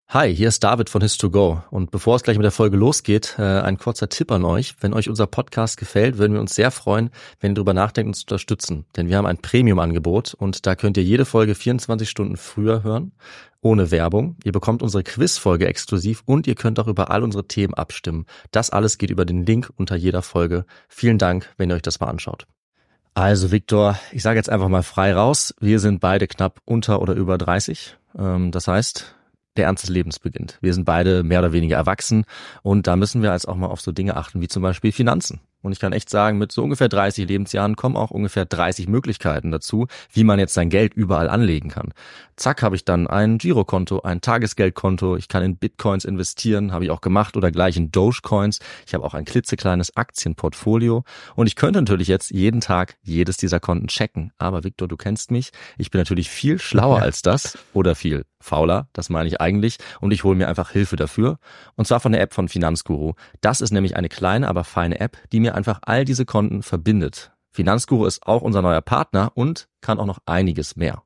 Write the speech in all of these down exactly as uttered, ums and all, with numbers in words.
Hi, hier ist David von His to Go und bevor es gleich mit der Folge losgeht, äh, ein kurzer Tipp an euch. Wenn euch unser Podcast gefällt, würden wir uns sehr freuen, wenn ihr darüber nachdenkt, uns zu unterstützen. Denn wir haben ein Premium-Angebot und da könnt ihr jede Folge vierundzwanzig Stunden früher hören, ohne Werbung. Ihr bekommt unsere Quiz-Folge exklusiv und ihr könnt auch über all unsere Themen abstimmen. Das alles geht über den Link unter jeder Folge. Vielen Dank, wenn ihr euch das mal anschaut. Also Viktor, ich sage jetzt einfach mal frei raus. Wir sind beide knapp unter oder über dreißig. Ähm, das heißt, der Ernst des Lebens beginnt. Wir sind beide mehr oder weniger erwachsen und da müssen wir jetzt auch mal auf so Dinge achten wie zum Beispiel Finanzen. Und ich kann echt sagen, mit so ungefähr dreißig Lebensjahren kommen auch ungefähr dreißig Möglichkeiten dazu, wie man jetzt sein Geld überall anlegen kann. Zack, habe ich dann ein Girokonto, ein Tagesgeldkonto, ich kann in Bitcoins investieren, habe ich auch gemacht, oder gleich in Dogecoins. Ich habe auch ein klitzekleines Aktienportfolio und ich könnte natürlich jetzt jeden Tag jedes dieser Konten checken. Aber Viktor, du kennst mich, ich bin natürlich viel schlauer ja. als das oder viel fauler, das meine ich eigentlich, und ich hole mir einfach Hilfe dafür. Und zwar von der App von Finanzguru. Das ist nämlich eine kleine, aber feine App, die mir einfach all diese Konten verbindet. Finanzguru ist auch unser neuer Partner und kann auch noch einiges mehr.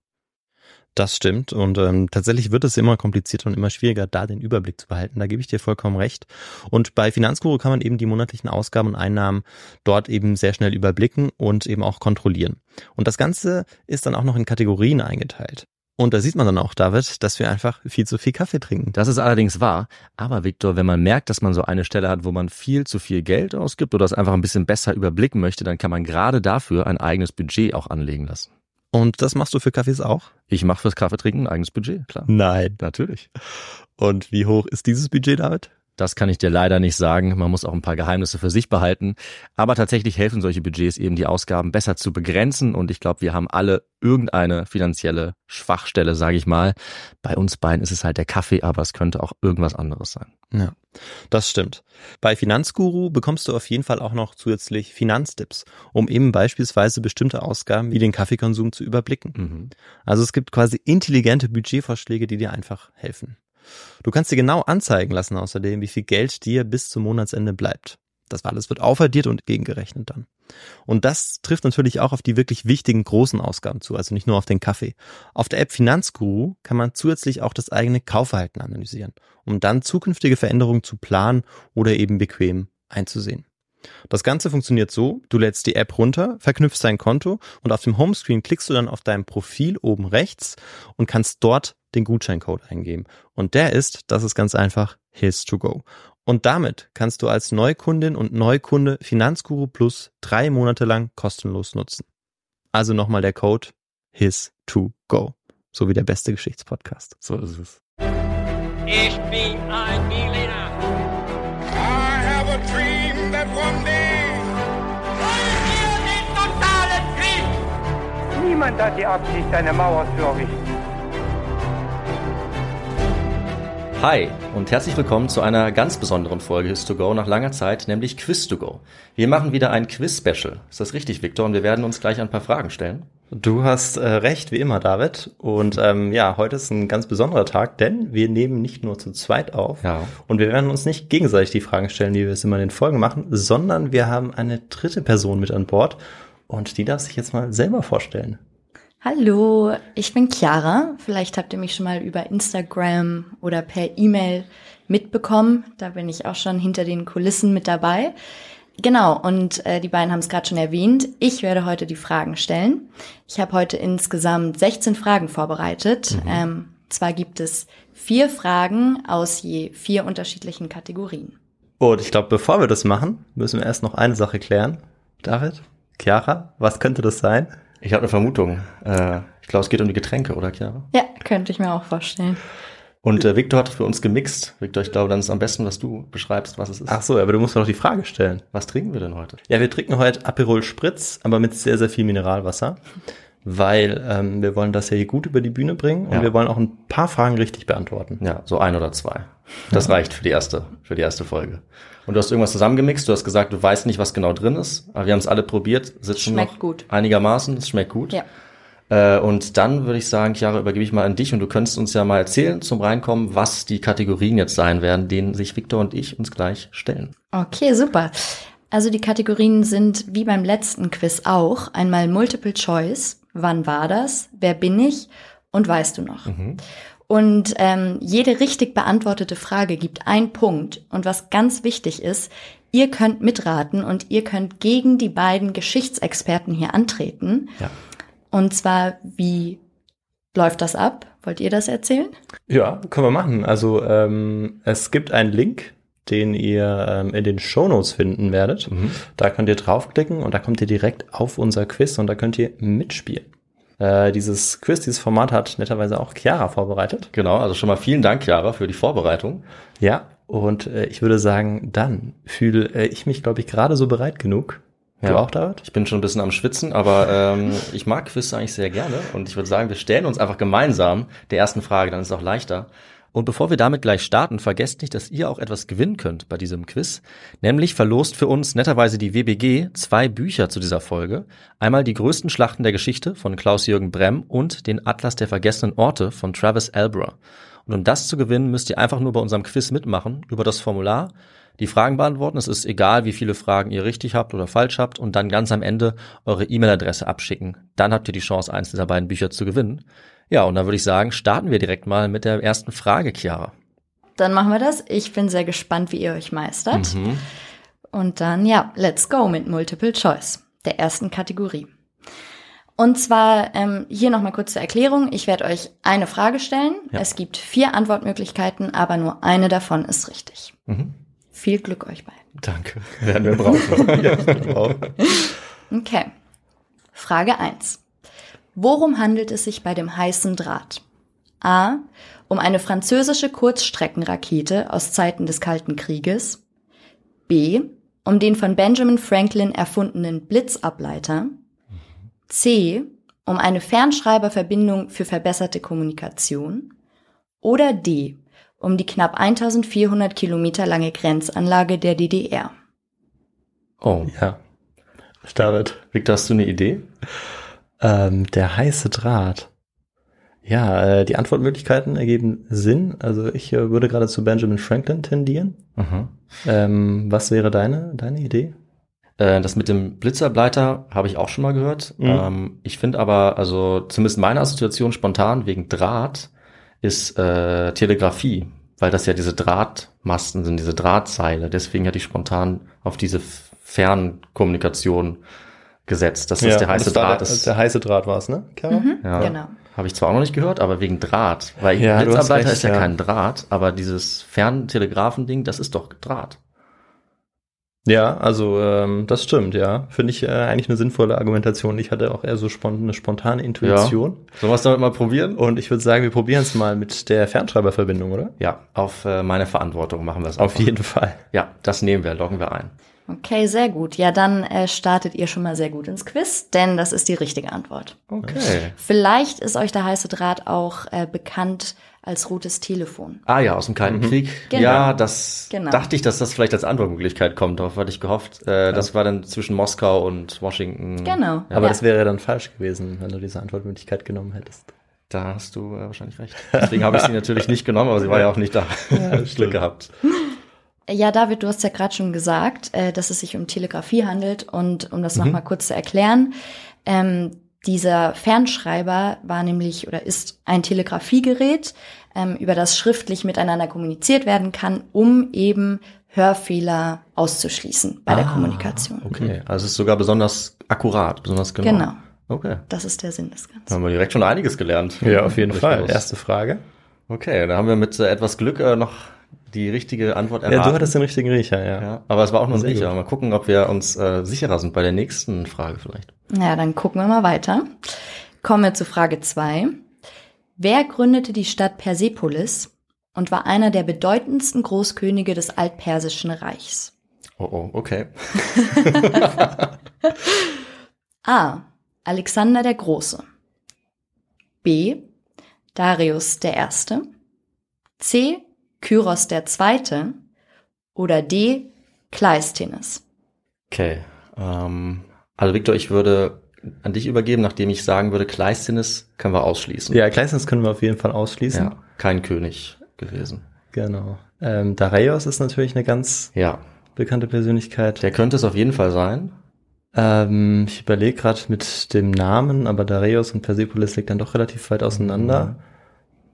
Das stimmt und ähm, tatsächlich wird es immer komplizierter und immer schwieriger, da den Überblick zu behalten. Da gebe ich dir vollkommen recht. Und bei Finanzguru kann man eben die monatlichen Ausgaben und Einnahmen dort eben sehr schnell überblicken und eben auch kontrollieren. Und das Ganze ist dann auch noch in Kategorien eingeteilt. Und da sieht man dann auch, David, dass wir einfach viel zu viel Kaffee trinken. Das ist allerdings wahr. Aber Viktor, wenn man merkt, dass man so eine Stelle hat, wo man viel zu viel Geld ausgibt oder es einfach ein bisschen besser überblicken möchte, dann kann man gerade dafür ein eigenes Budget auch anlegen lassen. Und das machst du für Kaffees auch? Ich mache fürs Kaffeetrinken ein eigenes Budget, klar. Nein. Natürlich. Und wie hoch ist dieses Budget, David? Das kann ich dir leider nicht sagen. Man muss auch ein paar Geheimnisse für sich behalten. Aber tatsächlich helfen solche Budgets eben, die Ausgaben besser zu begrenzen. Und ich glaube, wir haben alle irgendeine finanzielle Schwachstelle, sage ich mal. Bei uns beiden ist es halt der Kaffee, aber es könnte auch irgendwas anderes sein. Ja, das stimmt. Bei Finanzguru bekommst du auf jeden Fall auch noch zusätzlich Finanztipps, um eben beispielsweise bestimmte Ausgaben wie den Kaffeekonsum zu überblicken. Mhm. Also es gibt quasi intelligente Budgetvorschläge, die dir einfach helfen. Du kannst dir genau anzeigen lassen außerdem, wie viel Geld dir bis zum Monatsende bleibt. Das alles wird aufaddiert und gegengerechnet dann. Und das trifft natürlich auch auf die wirklich wichtigen großen Ausgaben zu, also nicht nur auf den Kaffee. Auf der App Finanzguru kann man zusätzlich auch das eigene Kaufverhalten analysieren, um dann zukünftige Veränderungen zu planen oder eben bequem einzusehen. Das Ganze funktioniert so, du lädst die App runter, verknüpfst dein Konto und auf dem Homescreen klickst du dann auf dein Profil oben rechts und kannst dort den Gutscheincode eingeben. Und der ist, das ist ganz einfach, His to Go. Und damit kannst du als Neukundin und Neukunde Finanzguru Plus drei Monate lang kostenlos nutzen. Also nochmal der Code His to Go. So wie der beste Geschichtspodcast. So ist es. Ich bin ein Berliner. I have a dream that one day. Wollen wir den totalen Krieg? Niemand hat die Absicht, eine Mauer zu errichten. Hi und herzlich willkommen zu einer ganz besonderen Folge His to Go nach langer Zeit, nämlich Quiz to Go. Wir machen wieder ein Quiz-Special. Ist das richtig, Viktor? Und wir werden uns gleich ein paar Fragen stellen. Du hast äh, recht, wie immer, David. Und ähm, ja, heute ist ein ganz besonderer Tag, denn wir nehmen nicht nur zu zweit auf. Ja. Und wir werden uns nicht gegenseitig die Fragen stellen, wie wir es immer in den Folgen machen, sondern wir haben eine dritte Person mit an Bord. Und die darf sich jetzt mal selber vorstellen. Hallo, ich bin Chiara. Vielleicht habt ihr mich schon mal über Instagram oder per E-Mail mitbekommen. Da bin ich auch schon hinter den Kulissen mit dabei. Genau, und äh, die beiden haben es gerade schon erwähnt. Ich werde heute die Fragen stellen. Ich habe heute insgesamt sechzehn Fragen vorbereitet. Mhm. Ähm, zwar gibt es vier Fragen aus je vier unterschiedlichen Kategorien. Und ich glaube, bevor wir das machen, müssen wir erst noch eine Sache klären. David, Chiara, was könnte das sein? Ich habe eine Vermutung. Äh, ich glaube, es geht um die Getränke, oder Chiara? Ja, könnte ich mir auch vorstellen. Und äh, Viktor hat für uns gemixt. Viktor, ich glaube, dann ist es am besten, dass du beschreibst, was es ist. Ach so, aber du musst mir noch die Frage stellen. Was trinken wir denn heute? Ja, wir trinken heute Aperol Spritz, aber mit sehr, sehr viel Mineralwasser. Weil ähm, wir wollen das ja hier gut über die Bühne bringen und ja. wir wollen auch ein paar Fragen richtig beantworten. Ja, so ein oder zwei. Das reicht für die erste, für die erste Folge. Und du hast irgendwas zusammengemixt, du hast gesagt, du weißt nicht, was genau drin ist, aber wir haben es alle probiert, sitzen schmeckt noch gut. Einigermaßen, es schmeckt gut. Ja. Äh, und dann würde ich sagen, Chiara, übergebe ich mal an dich und du könntest uns ja mal erzählen zum Reinkommen, was die Kategorien jetzt sein werden, denen sich Viktor und ich uns gleich stellen. Okay, super. Also die Kategorien sind wie beim letzten Quiz auch einmal Multiple Choice, wann war das, wer bin ich und weißt du noch. Mhm. Und ähm, jede richtig beantwortete Frage gibt einen Punkt. Und was ganz wichtig ist, ihr könnt mitraten und ihr könnt gegen die beiden Geschichtsexperten hier antreten. Ja. Und zwar, wie läuft das ab? Wollt ihr das erzählen? Ja, können wir machen. Also ähm, es gibt einen Link, den ihr ähm, in den Shownotes finden werdet. Mhm. Da könnt ihr draufklicken und da kommt ihr direkt auf unser Quiz und da könnt ihr mitspielen. Äh, dieses Quiz, dieses Format hat netterweise auch Chiara vorbereitet. Genau, also schon mal vielen Dank, Chiara, für die Vorbereitung. Ja, und äh, ich würde sagen, dann fühle äh, ich mich, glaube ich, gerade so bereit genug. Du ja. auch, David? Ich bin schon ein bisschen am Schwitzen, aber ähm, ich mag Quiz eigentlich sehr gerne und ich würde sagen, wir stellen uns einfach gemeinsam der ersten Frage, dann ist es auch leichter. Und bevor wir damit gleich starten, vergesst nicht, dass ihr auch etwas gewinnen könnt bei diesem Quiz. Nämlich verlost für uns netterweise die W B G zwei Bücher zu dieser Folge. Einmal die größten Schlachten der Geschichte von Klaus-Jürgen Bremm und den Atlas der vergessenen Orte von Travis Albra. Und um das zu gewinnen, müsst ihr einfach nur bei unserem Quiz mitmachen, über das Formular, die Fragen beantworten. Es ist egal, wie viele Fragen ihr richtig habt oder falsch habt und dann ganz am Ende eure E-Mail-Adresse abschicken. Dann habt ihr die Chance, eins dieser beiden Bücher zu gewinnen. Ja, und dann würde ich sagen, starten wir direkt mal mit der ersten Frage, Chiara. Dann machen wir das. Ich bin sehr gespannt, wie ihr euch meistert. Mhm. Und dann, ja, let's go mit Multiple Choice, der ersten Kategorie. Und zwar ähm, hier nochmal kurz zur Erklärung. Ich werde euch eine Frage stellen. Ja. Es gibt vier Antwortmöglichkeiten, aber nur eine davon ist richtig. Mhm. Viel Glück euch beiden. Danke. Werden wir brauchen. Ja, wir brauchen. Okay. Frage eins. Worum handelt es sich bei dem heißen Draht? A. Um eine französische Kurzstreckenrakete aus Zeiten des Kalten Krieges. B. Um den von Benjamin Franklin erfundenen Blitzableiter. C. Um eine Fernschreiberverbindung für verbesserte Kommunikation. Oder D. Um die knapp eintausendvierhundert Kilometer lange Grenzanlage der D D R. Oh. Ja. David. Victor, hast du eine Idee? Ähm, der heiße Draht. Ja, äh, die Antwortmöglichkeiten ergeben Sinn. Also ich äh, würde gerade zu Benjamin Franklin tendieren. Mhm. Ähm, was wäre deine, deine Idee? Äh, das mit dem Blitzableiter habe ich auch schon mal gehört. Mhm. Ähm, ich finde aber, also zumindest meine Assoziation spontan wegen Draht ist äh, Telegrafie, weil das ja diese Drahtmasten sind, diese Drahtseile. Deswegen hätte ich spontan auf diese Fernkommunikation gesetzt, dass das ja, der heiße das Draht der, ist. Der heiße Draht war es, ne, Chiara? Mhm, ja. Genau. Habe ich zwar auch noch nicht gehört, aber wegen Draht. Weil Ja, du hast Blitzableiter recht, ist ja, ja. kein Draht, aber dieses Ferntelegraphending, das ist doch Draht. Ja, also ähm, das stimmt, ja. Finde ich äh, eigentlich eine sinnvolle Argumentation. Ich hatte auch eher so spont- eine spontane Intuition. Ja. Sollen wir es damit mal probieren? Und ich würde sagen, wir probieren es mal mit der Fernschreiberverbindung, oder? Ja, auf äh, meine Verantwortung machen wir es. Auf jeden Fall. Ja, das nehmen wir, loggen wir ein. Okay, sehr gut. Ja, dann äh, startet ihr schon mal sehr gut ins Quiz, denn das ist die richtige Antwort. Okay. Vielleicht ist euch der heiße Draht auch äh, bekannt als rotes Telefon. Ah ja, aus dem Kalten Mhm. Krieg. Genau. Ja, das Genau. dachte ich, dass das vielleicht als Antwortmöglichkeit kommt. Darauf hatte ich gehofft. Äh, das war dann zwischen Moskau und Washington. Genau. Ja, Aber Ja. das wäre dann falsch gewesen, wenn du diese Antwortmöglichkeit genommen hättest. da hast du äh, wahrscheinlich recht. Deswegen habe ich sie natürlich nicht genommen, aber sie war ja auch nicht da. Ja, Glück gehabt. Ja, David, du hast ja gerade schon gesagt, äh, dass es sich um Telegrafie handelt. Und um das Mhm. nochmal kurz zu erklären, ähm, dieser Fernschreiber war nämlich oder ist ein Telegrafiegerät, ähm, über das schriftlich miteinander kommuniziert werden kann, um eben Hörfehler auszuschließen bei der Ah, Kommunikation. Okay, also es ist sogar besonders akkurat, besonders genau. Genau, Okay, das ist der Sinn des da Ganzen. haben wir direkt schon einiges gelernt. Ja, auf jeden Richtig Fall. los. Erste Frage. Okay, da haben wir mit äh, etwas Glück äh, noch die richtige Antwort erraten. Ja, du hattest den richtigen Riecher, ja. Ja, aber es war auch nur ein Sehr Riecher. gut. Mal gucken, ob wir uns äh, sicherer sind bei der nächsten Frage vielleicht. Ja, dann gucken wir mal weiter. Kommen wir zu Frage zwei. Wer gründete die Stadt Persepolis und war einer der bedeutendsten Großkönige des Altpersischen Reichs? Oh, oh, okay. A. Alexander der Große. B. Darius der Erste. C. Kyros der Zweite. Oder D. Kleisthenes. Okay. Ähm, also Victor, ich würde an dich übergeben, nachdem ich sagen würde, Kleisthenes können wir ausschließen. Ja, Kleistens können wir auf jeden Fall ausschließen. Ja, kein König gewesen. Genau. Ähm, Dareios ist natürlich eine ganz Ja, bekannte Persönlichkeit. der könnte es auf jeden Fall sein. Ähm, ich überlege gerade mit dem Namen, aber Dareios und Persepolis liegt dann doch relativ weit auseinander.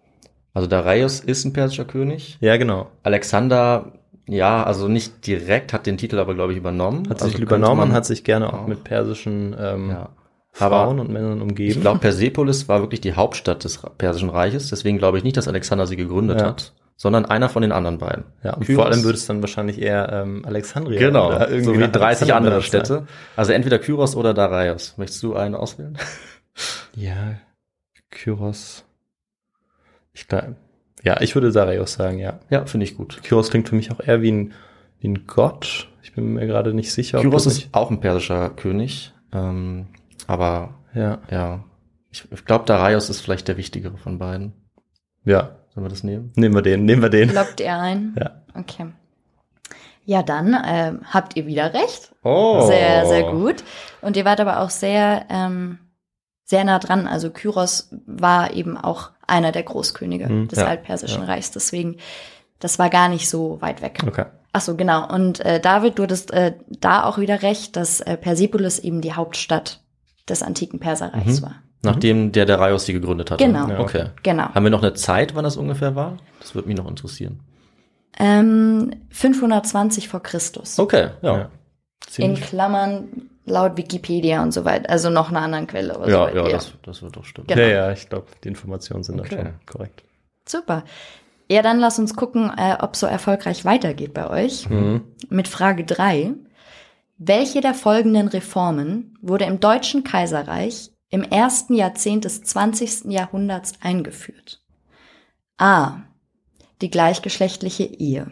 Also Darius ist ein persischer König. Ja, genau. Alexander, ja, also nicht direkt, hat den Titel aber, glaube ich, übernommen. Hat sich also übernommen und hat sich gerne auch mit persischen ähm, ja. Frauen aber und Männern umgeben. Ich glaube, Persepolis war wirklich die Hauptstadt des Persischen Reiches. Deswegen glaube ich nicht, dass Alexander sie gegründet ja. hat, sondern einer von den anderen beiden. Ja, und vor allem würde es dann wahrscheinlich eher ähm, Alexandria genau, oder irgendwie so wie dreißig andere sein. Städte. Also entweder Kyros oder Darius. Möchtest du einen auswählen? Ja, Kyros. Ich glaube, ja, ich würde Darius sagen, ja. Ja, finde ich gut. Kyros klingt für mich auch eher wie ein, wie ein Gott. Ich bin mir gerade nicht sicher. Kyros ist auch ein persischer König, ähm, aber ja, ja. Ich, ich glaube, Darius ist vielleicht der wichtigere von beiden. Ja. Sollen wir das nehmen? Nehmen wir den, nehmen wir den. Lockt ihr ein? Ja. Okay. Ja, dann äh, habt ihr wieder recht. Oh. Sehr, sehr gut. Und ihr wart aber auch sehr, ähm, sehr nah dran. Also Kyros war eben auch einer der Großkönige hm, des ja, Altpersischen ja. Reichs. Deswegen, das war gar nicht so weit weg. Okay. Ach so, genau. Und äh, David, du hattest äh, da auch wieder recht, dass äh, Persepolis eben die Hauptstadt des antiken Perserreichs Mhm. war. Nachdem der Darius sie gegründet hat. Genau. Ja, okay. Genau. Haben wir noch eine Zeit, wann das ungefähr war? Das würde mich noch interessieren. Ähm, fünfhundertzwanzig vor Christus. Okay, ja. Ja. In Klammern laut Wikipedia und so weiter. Also noch einer anderen Quelle. Oder Ja, so ja, eher. das, das wird doch stimmen. Genau. Ja, ja, ich glaube, die Informationen sind Okay. dann schon korrekt. Super. Ja, dann lass uns gucken, äh, ob so erfolgreich weitergeht bei euch. Mhm. Mit Frage drei. Welche der folgenden Reformen wurde im Deutschen Kaiserreich im ersten Jahrzehnt des zwanzigsten Jahrhunderts eingeführt? A. Die gleichgeschlechtliche Ehe.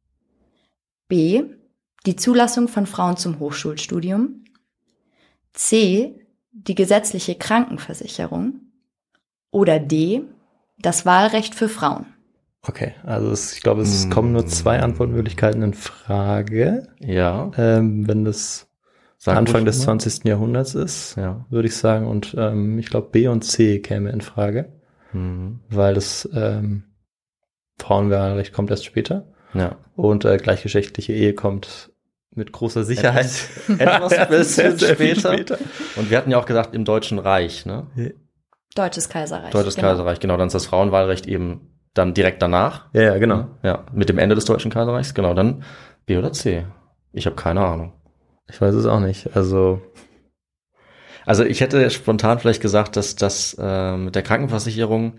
B. Die Zulassung von Frauen zum Hochschulstudium. C. Die gesetzliche Krankenversicherung. Oder D. Das Wahlrecht für Frauen. Okay, also es, ich glaube, es Hm. kommen nur zwei Antwortmöglichkeiten in Frage. Ja. Ähm, wenn das Sag Anfang ruhig des mal. zwanzigsten Jahrhunderts ist, Ja. würde ich sagen. Und ähm, ich glaube, B und C käme in Frage, Mhm. weil das ähm, Frauenwahlrecht kommt erst später. Ja. Und äh, gleichgeschlechtliche Ehe kommt mit großer Sicherheit Etwas Ja, bisschen sehr, sehr viel später. später. Und wir hatten ja auch gesagt, im Deutschen Reich, ne? Deutsches Kaiserreich. Deutsches genau. Kaiserreich, genau. Dann ist das Frauenwahlrecht eben dann direkt danach. Ja, ja, genau. Ja, mit dem Ende des Deutschen Kaiserreichs, genau. Dann B oder C. Ich habe keine Ahnung. Ich weiß es auch nicht. Also Also ich hätte spontan vielleicht gesagt, dass das äh, mit der Krankenversicherung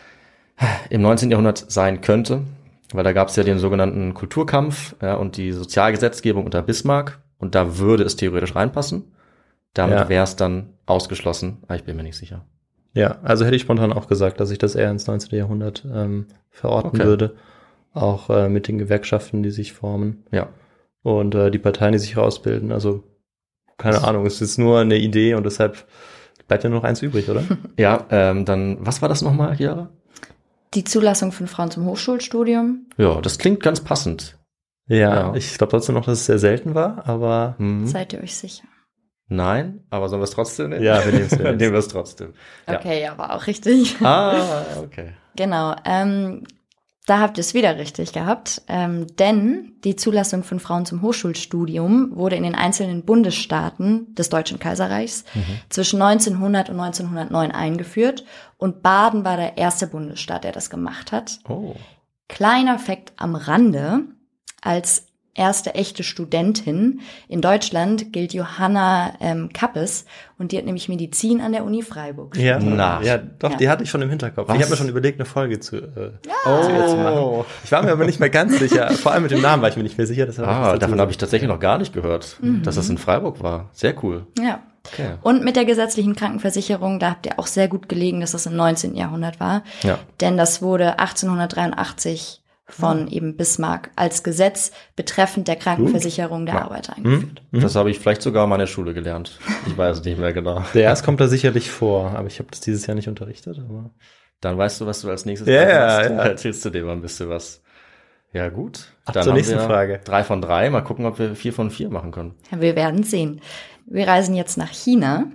im neunzehnten Jahrhundert sein könnte, weil da gab es ja den sogenannten Kulturkampf, ja, und die Sozialgesetzgebung unter Bismarck, und da würde es theoretisch reinpassen. Damit Ja. wäre es dann ausgeschlossen, aber ich bin mir nicht sicher. ja, also hätte ich spontan auch gesagt, dass ich das eher ins neunzehnten Jahrhundert ähm, verorten Okay. würde. Auch äh, mit den Gewerkschaften, die sich formen. Ja. Und äh, die Parteien, die sich rausbilden. Also, keine Das- Ahnung, es ist nur eine Idee und deshalb bleibt ja nur noch eins übrig, oder? Ja, ähm, dann, was war das nochmal, Chiara? Die Zulassung von Frauen zum Hochschulstudium. Ja, das klingt ganz passend. ja, Ja. ich glaube trotzdem noch, dass es sehr selten war, aber Mhm. Seid ihr euch sicher? Nein, aber sollen wir es trotzdem nehmen? Ja, wir nehmen es, wir Dann nehmen es. nehmen wir es trotzdem. Ja. Okay, ja, war auch richtig. Ah, okay. Genau. Ähm, da habt ihr es wieder richtig gehabt. Ähm, denn die Zulassung von Frauen zum Hochschulstudium wurde in den einzelnen Bundesstaaten des Deutschen Kaiserreichs zwischen neunzehnhundert und neunzehnhundertneun eingeführt. Und Baden war der erste Bundesstaat, der das gemacht hat. Oh. Kleiner Fakt am Rande: Als erste echte Studentin in Deutschland gilt Johanna ähm, Kappes, und die hat nämlich Medizin an der Uni Freiburg. ja, Na. ja, doch, Ja. die hatte ich schon im Hinterkopf. Was? Ich habe mir schon überlegt, eine Folge zu, äh, Oh. zu ihr zu machen. Ich war mir aber nicht mehr ganz sicher. Vor allem mit dem Namen war ich mir nicht mehr sicher. Deshalb Ah, davon habe ich tatsächlich noch gar nicht gehört, dass das in Freiburg war. Sehr cool. Ja. Okay. Und mit der gesetzlichen Krankenversicherung, da habt ihr auch sehr gut gelegen, dass das im neunzehnten Jahrhundert war. Ja. Denn das wurde achtzehnhundertdreiundachtzig von eben Bismarck als Gesetz betreffend der Krankenversicherung der Ja. Arbeiter eingeführt. Das habe ich vielleicht sogar mal in der Schule gelernt. Ich weiß es nicht mehr genau. Ja, es kommt da sicherlich vor, aber ich habe das dieses Jahr nicht unterrichtet. Aber Dann weißt du, was du als nächstes Ja, machst. ja, ja. Erzählst du dir mal ein bisschen was. Ja, gut. Ab Dann zur haben nächsten wir Frage. Drei von drei. Mal gucken, ob wir vier von vier machen können. Ja, wir werden sehen. Wir reisen jetzt nach China.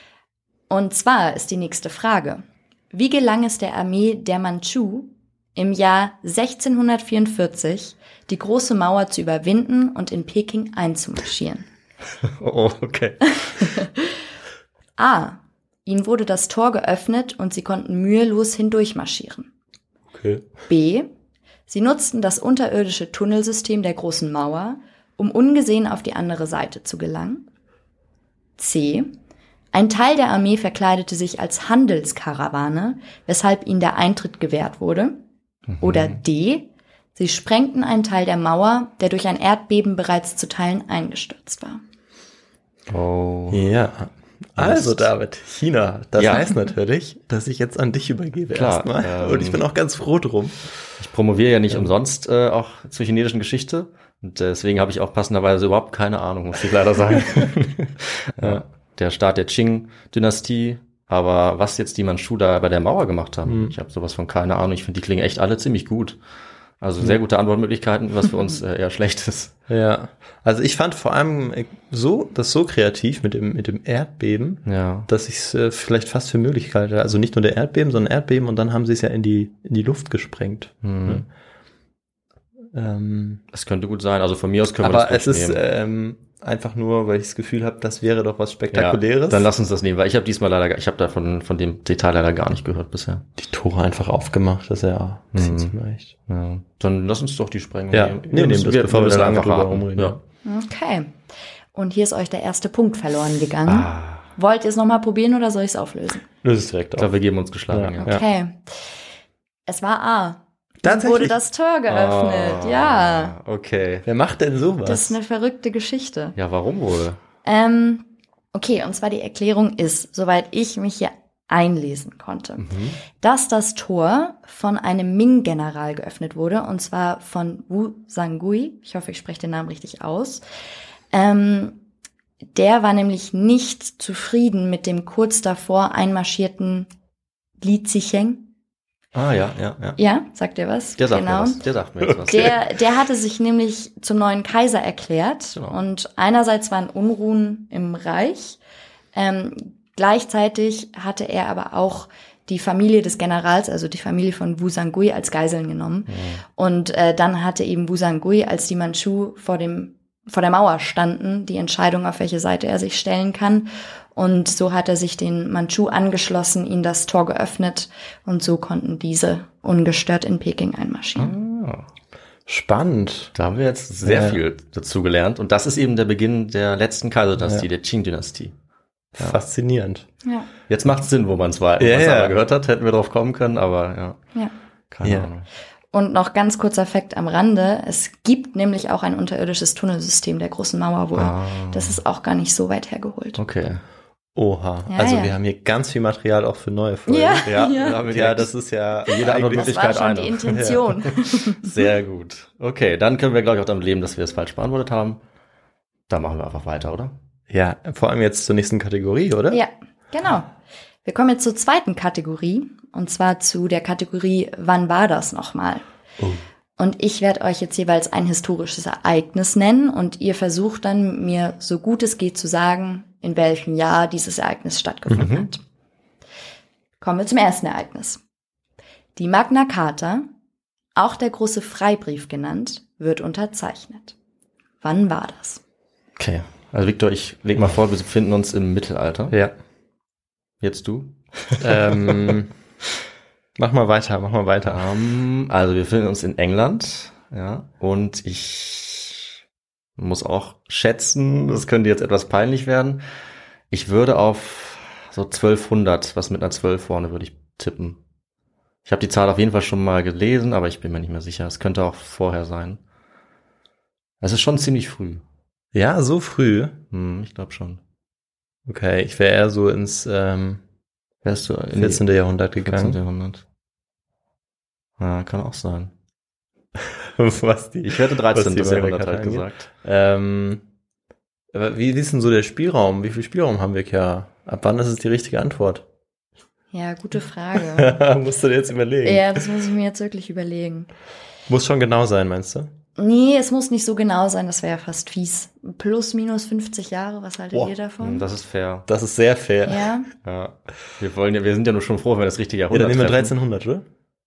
Und zwar ist die nächste Frage: Wie gelang es der Armee der Mandschu im Jahr sechzehnhundertvierundvierzig, die Große Mauer zu überwinden und in Peking einzumarschieren? Oh, okay. A. Ihnen wurde das Tor geöffnet und sie konnten mühelos hindurchmarschieren. Okay. B. Sie nutzten das unterirdische Tunnelsystem der Großen Mauer, um ungesehen auf die andere Seite zu gelangen. C. Ein Teil der Armee verkleidete sich als Handelskarawane, weshalb ihnen der Eintritt gewährt wurde. Mhm. Oder D. Sie sprengten einen Teil der Mauer, der durch ein Erdbeben bereits zu Teilen eingestürzt war. Oh. Ja. Also David, China, das ja. heißt natürlich, dass ich jetzt an dich übergebe erstmal. Ähm, und ich bin auch ganz froh drum. Ich promoviere ja nicht ja. umsonst äh, auch zur chinesischen Geschichte. Und deswegen habe ich auch passenderweise überhaupt keine Ahnung, muss ich leider sagen. ja. Der Start der Qing-Dynastie. Aber was jetzt die Mandschu da bei der Mauer gemacht haben, mhm. ich habe sowas von keine Ahnung. Ich finde, die klingen echt alle ziemlich gut. Also sehr gute Antwortmöglichkeiten, was für uns äh, eher schlecht ist. Ja, also ich fand vor allem so das so kreativ mit dem mit dem Erdbeben, ja. dass ich es äh, vielleicht fast für möglich halte. Also nicht nur der Erdbeben, sondern Erdbeben und dann haben sie es ja in die in die Luft gesprengt. Hm. Ja. Ähm, das könnte gut sein. Also von mir aus können wir aber das es ist ähm, einfach nur, weil ich das Gefühl habe, das wäre doch was Spektakuläres. Ja, dann lass uns das nehmen, weil ich habe diesmal leider, ich habe davon von dem Detail leider gar nicht gehört bisher. Die Tore einfach aufgemacht, das ist ja mhm. ziemlich. Ja. Dann lass uns doch die sprengen. Ja, nehmen, nee, nehmen das, wir, bevor wir, wir da lange drüber rumreden. Ja. Okay. Und hier ist euch der erste Punkt verloren gegangen. Ah. Wollt ihr es nochmal probieren oder soll ich es auflösen? Löse es direkt auf. Ich glaube, wir geben uns geschlagen. Ja. Okay. Ja. Es war A. Dann wurde das Tor geöffnet, oh, ja. Okay. Wer macht denn sowas? Das ist eine verrückte Geschichte. Ja, warum wohl? Ähm, okay, und zwar die Erklärung ist, soweit ich mich hier einlesen konnte, mhm. dass das Tor von einem Ming-General geöffnet wurde, und zwar von Wu Zhangui. Ich hoffe, ich spreche den Namen richtig aus. Ähm, der war nämlich nicht zufrieden mit dem kurz davor einmarschierten Li Zicheng. Ah, ja, ja, ja. Ja, sagt ihr was? Der sagt genau. mir was. Der sagt mir jetzt was. Der, der hatte sich nämlich zum neuen Kaiser erklärt. Genau. Und einerseits waren Unruhen im Reich. Ähm, gleichzeitig hatte er aber auch die Familie des Generals, also die Familie von Wu Zhangui, als Geiseln genommen. Mhm. Und äh, dann hatte eben Wu Zhangui, als die Mandschu vor dem vor der Mauer standen, die Entscheidung, auf welche Seite er sich stellen kann. Und so hat er sich den Mandschu angeschlossen, ihnen das Tor geöffnet und so konnten diese ungestört in Peking einmarschieren. Ah, spannend. Da haben wir jetzt sehr ja. viel dazu gelernt. Und das ist eben der Beginn der letzten Kaiserdynastie, ja. der Qing-Dynastie. Ja. Faszinierend. Ja. Jetzt macht es Sinn, wo man es ja, ja. einmal gehört hat, hätten wir drauf kommen können, aber ja, ja. keine ja. Ahnung. Und noch ganz kurzer Fakt am Rande, es gibt nämlich auch ein unterirdisches Tunnelsystem der Großen Mauer wohl. Ah. Das ist auch gar nicht so weit hergeholt. Okay. Oha, ja, also ja. wir haben hier ganz viel Material auch für neue Folgen. Ja, ja, ja. ja das ist ja jede andere Möglichkeit das war schon eine. die Intention. Ja. Sehr gut. Okay, dann können wir, glaube ich, auch damit leben, dass wir es falsch beantwortet haben. Da machen wir einfach weiter, oder? Ja, vor allem jetzt zur nächsten Kategorie, oder? Ja, genau. Wir kommen jetzt zur zweiten Kategorie, und zwar zu der Kategorie, wann war das nochmal? Oh. Und ich werde euch jetzt jeweils ein historisches Ereignis nennen und ihr versucht dann, mir so gut es geht zu sagen, in welchem Jahr dieses Ereignis stattgefunden mhm. hat. Kommen wir zum ersten Ereignis. Die Magna Carta, auch der große Freibrief genannt, wird unterzeichnet. Wann war das? Okay, also Victor, ich leg mal vor, wir befinden uns im Mittelalter. Ja. Jetzt du? ähm, mach mal weiter, mach mal weiter. Um, also wir befinden uns in England, ja, und ich muss auch schätzen, das könnte jetzt etwas peinlich werden. Ich würde auf so zwölfhundert, was mit einer zwölf vorne, würde ich tippen. Ich habe die Zahl auf jeden Fall schon mal gelesen, aber ich bin mir nicht mehr sicher. Es könnte auch vorher sein. Es ist schon ziemlich früh. Ja, so früh? Hm, ich glaube schon. Okay, ich wäre eher so ins ähm, Wärst du in vierzehnten. Jahrhundert gegangen. vierzehnten. Jahrhundert. Ja, kann auch sein. was die, ich hätte dreizehnten. Jahrhundert halt gesagt. Ähm, aber wie, wie ist denn so der Spielraum? Wie viel Spielraum haben wir hier? Ab wann ist es die richtige Antwort? Ja, gute Frage. Musst du dir jetzt überlegen. Ja, das muss ich mir jetzt wirklich überlegen. Muss schon genau sein, meinst du? Nee, es muss nicht so genau sein, das wäre ja fast fies. Plus, minus fünfzig Jahre, was haltet Boah, ihr davon? Das ist fair. Das ist sehr fair. Ja. Ja. Wir wollen ja, wir sind ja nur schon froh, wenn wir das richtige Ja, Jahrhundert dann nehmen wir treffen. dreizehnhundert, oder?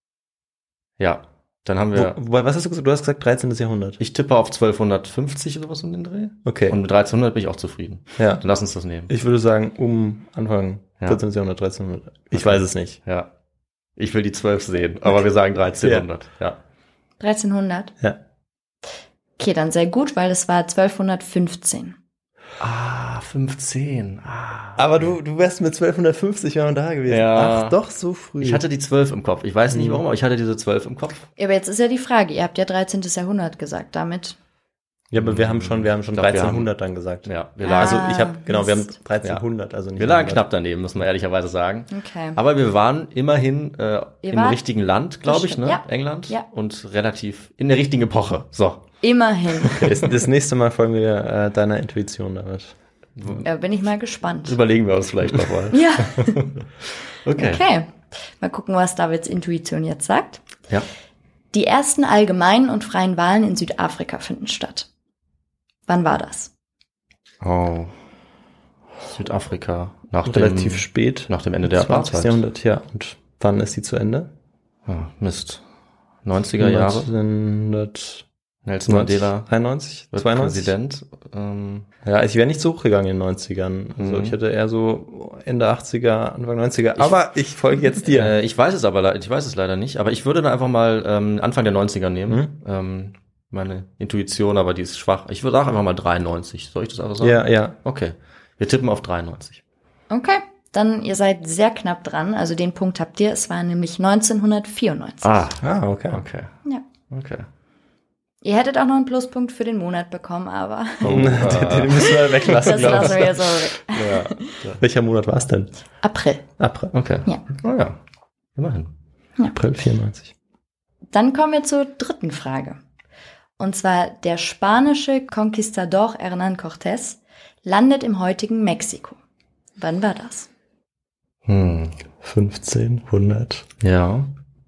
Ja, dann haben wir... Wo, wobei, was hast du gesagt? Du hast gesagt dreizehnten. Jahrhundert. Ich tippe auf zwölfhundertfünfzig oder was um den Dreh. Okay. Und mit dreizehnhundert bin ich auch zufrieden. Ja. Dann lass uns das nehmen. Ich würde sagen, um Anfang Ja. vierzehnten. Jahrhundert, dreizehnhundert. Ich Okay. weiß es nicht. Ja. Ich will die zwölf sehen, aber okay. Wir sagen dreizehnhundert. Ja. ja. dreizehnhundert? Ja. Okay, dann sehr gut, weil es war zwölfhundertfünfzehn. Ah, fünfzehn. Ah, aber du, du wärst mit zwölfhundertfünfzig Jahren da gewesen. Ja. Ach, doch so früh. Ich hatte die zwölf im Kopf. Ich weiß nicht warum, aber ich hatte diese zwölf im Kopf. Ja, aber jetzt ist ja die Frage, ihr habt ja dreizehnten. Jahrhundert gesagt, damit. Ja, aber wir haben schon, wir haben schon Doch, dreizehnhundert wir haben, dann gesagt. Ja, wir lagen, lagen, also ich habe genau, Mist. wir haben dreizehnhundert, also nicht wir lagen hundert. knapp daneben, muss man ehrlicherweise sagen. Okay. Aber wir waren immerhin äh, im wart, richtigen Land, glaube ich, ne? Ja. England. Ja. Und relativ in der richtigen Epoche. So. Immerhin. Okay, das, das nächste Mal folgen wir äh, deiner Intuition damit. Ja, bin ich mal gespannt. Überlegen wir uns vielleicht nochmal. Ja. Okay. Okay. Mal gucken, was Davids Intuition jetzt sagt. Ja. Die ersten allgemeinen und freien Wahlen in Südafrika finden statt. Wann war das? Oh. Südafrika. Nach Relativ dem, spät. Nach dem Ende der Apartheid. Jahrhundert, ja. Und wann ist die zu Ende? Oh, Mist. neunziger Jahre. neunzehnhundert Nelson Mandela. einundneunzig, wird zweiundneunzig. Präsident. Ähm, ja, ich wäre nicht so hochgegangen in den neunzigern. Also Mhm. ich hätte eher so Ende achtziger, Anfang neunziger. Aber ich folge jetzt dir. Äh, ich weiß es aber, le- ich weiß es leider nicht. Aber ich würde dann einfach mal ähm, Anfang der neunziger nehmen. Mhm. Ähm, meine Intuition, aber die ist schwach. Ich würde auch einfach mal dreiundneunzig. Soll ich das einfach sagen? Ja, ja. Okay. Wir tippen auf dreiundneunzig. Okay. Dann, ihr seid sehr knapp dran. Also den Punkt habt ihr. Es war nämlich neunzehnhundertvierundneunzig. Ah. Ah, okay. Okay. Ja. Okay. Ihr hättet auch noch einen Pluspunkt für den Monat bekommen, aber Oh, Den äh, müssen wir weglassen, das glaube lassen ich. wir jetzt auch weg. ja. Welcher Monat war es denn? April. April. Okay. Ja. Oh ja. Immerhin. April vierundneunzig. Dann kommen wir zur dritten Frage. Und zwar der spanische Conquistador Hernán Cortés landet im heutigen Mexiko. Wann war das? Hm. fünfzehnhundert. Ja.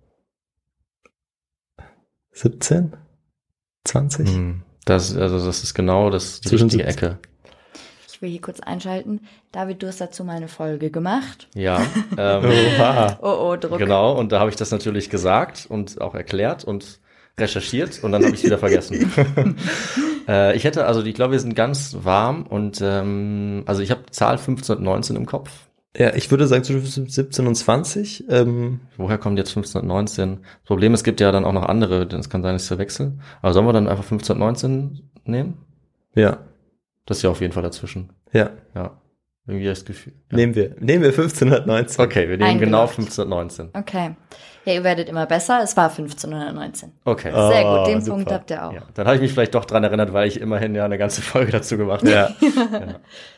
siebzehn? zwanzig? Hm. Das, also das ist genau das die Zwischen richtige siebzehn. Ecke. Ich will hier kurz einschalten. David, du hast dazu mal eine Folge gemacht. Ja. Ähm, Oha. Oh, oh, Druck. genau. Und da habe ich das natürlich gesagt und auch erklärt und recherchiert und dann habe ich es wieder vergessen. äh, ich hätte, also ich glaube, wir sind ganz warm und ähm, also ich habe Zahl fünfzehnhundertneunzehn im Kopf. Ja, ich würde sagen zwischen siebzehn und zwanzig. Ähm, Woher kommt jetzt fünfzehnhundertneunzehn? Das Problem, es gibt ja dann auch noch andere, denn es kann sein, dass ich verwechsel. Aber sollen wir dann einfach fünfzehnhundertneunzehn nehmen? ja, Das ist ja auf jeden Fall dazwischen. ja. Ja. Irgendwie das Gefühl. Ja. Nehmen wir. Nehmen wir fünfzehnhundertneunzehn. Okay, wir nehmen Eingeloggt. genau fünfzehnhundertneunzehn. Okay. Ja, ihr werdet immer besser. Es war fünfzehnhundertneunzehn. Okay. Ah. Sehr Oh, gut, den super. Punkt habt ihr auch. Ja, dann habe ich mich vielleicht doch dran erinnert, weil ich immerhin ja eine ganze Folge dazu gemacht habe. Ja. Ja.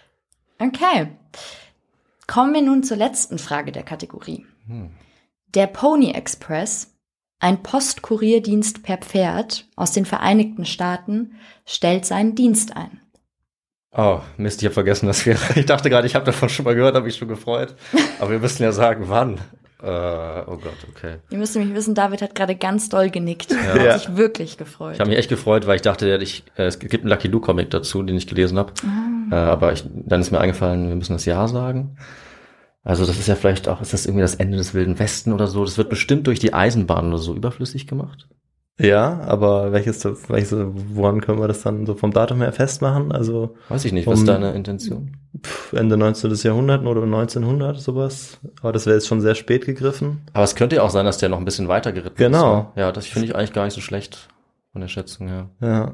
Okay. Kommen wir nun zur letzten Frage der Kategorie. Hm. Der Pony Express, ein Postkurierdienst per Pferd aus den Vereinigten Staaten, stellt seinen Dienst ein. Oh, Mist, ich habe vergessen, dass wir. Ich dachte gerade, ich habe davon schon mal gehört, habe mich schon gefreut. Aber wir müssen ja sagen, wann. Äh, oh Gott, okay. Ihr müsst nämlich wissen, David hat gerade ganz doll genickt. Er Ja. hat sich wirklich gefreut. Ich habe mich echt gefreut, weil ich dachte, ich, äh, es gibt einen Lucky Luke Comic dazu, den ich gelesen habe. Äh, aber ich, dann ist mir eingefallen, wir müssen das Jahr sagen. Also das ist ja vielleicht auch, ist das irgendwie das Ende des Wilden Westen oder so? Das wird bestimmt durch die Eisenbahn oder so überflüssig gemacht. Ja, aber welches, welches, woran können wir das dann so vom Datum her festmachen? Also Weiß ich nicht, was Um- ist deine Intention? pff, Ende neunzehnten. Jahrhundert oder neunzehnhundert, sowas. Aber das wäre jetzt schon sehr spät gegriffen. Aber es könnte ja auch sein, dass der noch ein bisschen weiter geritten Genau. ist. Ne? Ja, das finde ich eigentlich gar nicht so schlecht von der Schätzung her. Ja.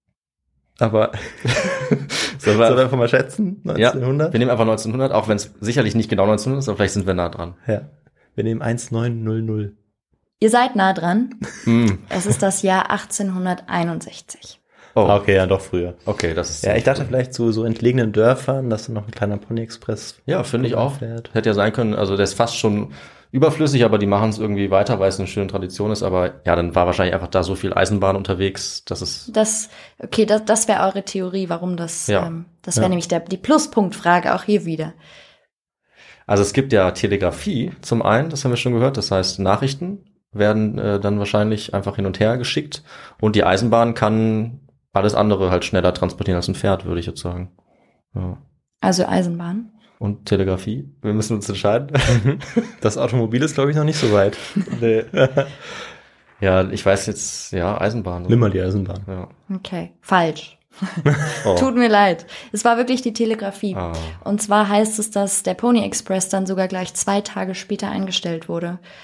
Aber Sollen soll wir, einfach mal schätzen? ja, neunzehnhundert? wir nehmen einfach neunzehnhundert, auch wenn es sicherlich nicht genau neunzehnhundert ist, aber vielleicht sind wir nah dran. Ja. Wir nehmen neunzehnhundert. Ihr seid nah dran. Hm. Es ist das Jahr achtzehnhunderteinundsechzig. Oh, Ah, okay, ja, doch früher. okay, das ist Ja, ich dachte vielleicht zu so entlegenen Dörfern, dass da noch ein kleiner Pony Express Ja, finde ich auch. fährt. Hätte ja sein können, also der ist fast schon überflüssig, aber die machen es irgendwie weiter, weil es eine schöne Tradition ist. Aber ja, dann war wahrscheinlich einfach da so viel Eisenbahn unterwegs, dass es. Das, okay, das, das wäre eure Theorie, warum das, Ja. ähm, das wäre Ja. nämlich der, die Pluspunktfrage auch hier wieder. Also es gibt ja Telegrafie zum einen, das haben wir schon gehört, das heißt Nachrichten werden äh, dann wahrscheinlich einfach hin und her geschickt und die Eisenbahn kann alles andere halt schneller transportieren als ein Pferd, würde ich jetzt sagen. Ja. Also Eisenbahn. Und Telegrafie, wir müssen uns entscheiden. Das Automobil ist, glaube ich, noch nicht so weit. Nee. Ja, ich weiß jetzt, ja, Eisenbahn. Nimm mal die Eisenbahn. Ja. Okay, falsch. Oh. Tut mir leid. Es war wirklich die Telegrafie. Ah. Und zwar heißt es, dass der Pony Express dann sogar gleich zwei Tage später eingestellt wurde.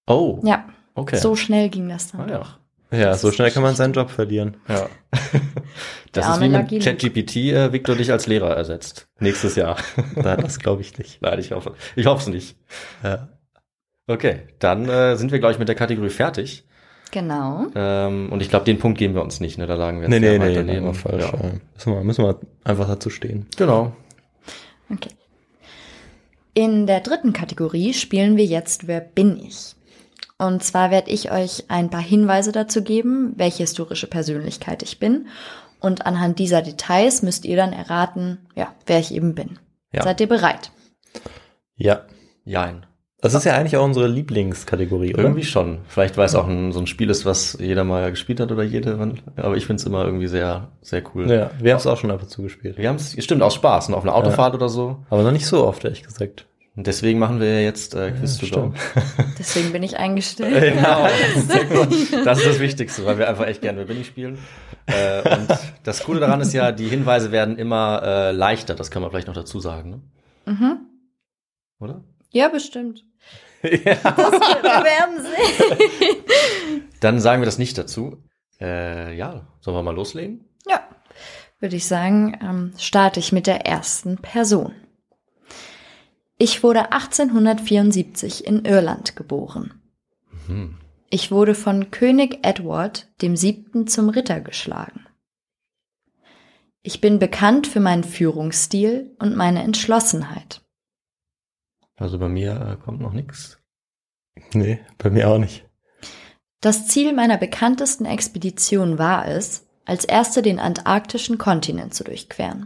Oh. Ja. Okay. So schnell ging das dann. Ah, ja. Ja, Das so ist schnell kann man Geschichte. seinen Job verlieren. Ja. Das Der ist wie arme mit Lucky Luke. ChatGPT, äh, Victor dich als Lehrer ersetzt. Nächstes Jahr. Na, das glaube ich nicht. Nein, ich hoffe, ich hoffe es nicht. Ja. Okay, dann äh, sind wir, glaube ich, mit der Kategorie fertig. Genau. Ähm, und ich glaube, den Punkt geben wir uns nicht, ne? Da sagen wir jetzt Nee, nee, ja, nee, weiterleben. nee, falsch. Ja. Ja. Müssen, wir, müssen wir einfach dazu stehen. Genau. Okay. In der dritten Kategorie spielen wir jetzt Wer bin ich? Und zwar werde ich euch ein paar Hinweise dazu geben, welche historische Persönlichkeit ich bin. Und anhand dieser Details müsst ihr dann erraten, ja, wer ich eben bin. Ja. Seid ihr bereit? Ja. Jein. Das ist ja eigentlich auch unsere Lieblingskategorie, oder? Irgendwie schon. Vielleicht, weil es auch ein, so ein Spiel ist, was jeder mal gespielt hat oder jede. Aber ich finde es immer irgendwie sehr, sehr cool. Ja, wir haben es auch schon ab und zu gespielt. Wir haben es, stimmt, aus Spaß, ne? Auf einer Autofahrt Ja. oder so. Aber noch nicht so oft, ehrlich gesagt. Und deswegen machen wir jetzt äh, Quiz to Go. Deswegen bin ich eingestellt. Genau, das ist, sehr gut. Das ist das Wichtigste, weil wir einfach echt gerne Wer bin ich spielen. Äh, und das Coole daran ist ja, die Hinweise werden immer äh, leichter, das kann man vielleicht noch dazu sagen, ne? Mhm. Oder? Ja, bestimmt. Ja. Das wir werden sehen. Dann sagen wir das nicht dazu. Äh, ja, sollen wir mal loslegen? Ja, würde ich sagen, ähm, starte ich mit der ersten Person. Ich wurde achtzehnhundertvierundsiebzig in Irland geboren. Mhm. Ich wurde von König Edward dem Siebten zum Ritter geschlagen. Ich bin bekannt für meinen Führungsstil und meine Entschlossenheit. Also bei mir äh, kommt noch nichts. Nee, bei mir auch nicht. Das Ziel meiner bekanntesten Expedition war es, als erste den antarktischen Kontinent zu durchqueren.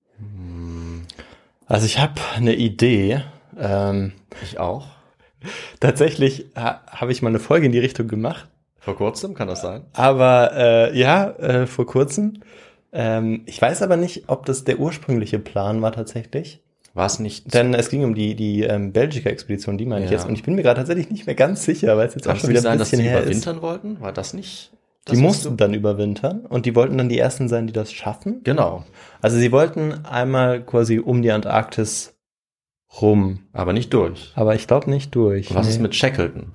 Also ich habe eine Idee. Ähm, Ich auch. tatsächlich ha, habe ich mal eine Folge in die Richtung gemacht. Vor kurzem, kann das sein? Aber äh, ja, äh, vor kurzem. Ähm, ich weiß aber nicht, ob das der ursprüngliche Plan war tatsächlich. War es nicht? Denn es ging um die, die ähm, Belgica-Expedition, die meine ich Ja. jetzt. Und ich bin mir gerade tatsächlich nicht mehr ganz sicher, weil es jetzt Kann auch es schon nicht wieder sein, ein dass die bisschen her ist. überwintern wollten? War das nicht? Das Die was mussten du- dann überwintern und die wollten dann die ersten sein, die das schaffen. Genau, Also sie wollten einmal quasi um die Antarktis rum. aber nicht durch. Aber ich glaube nicht durch. Was Nee. ist mit Shackleton?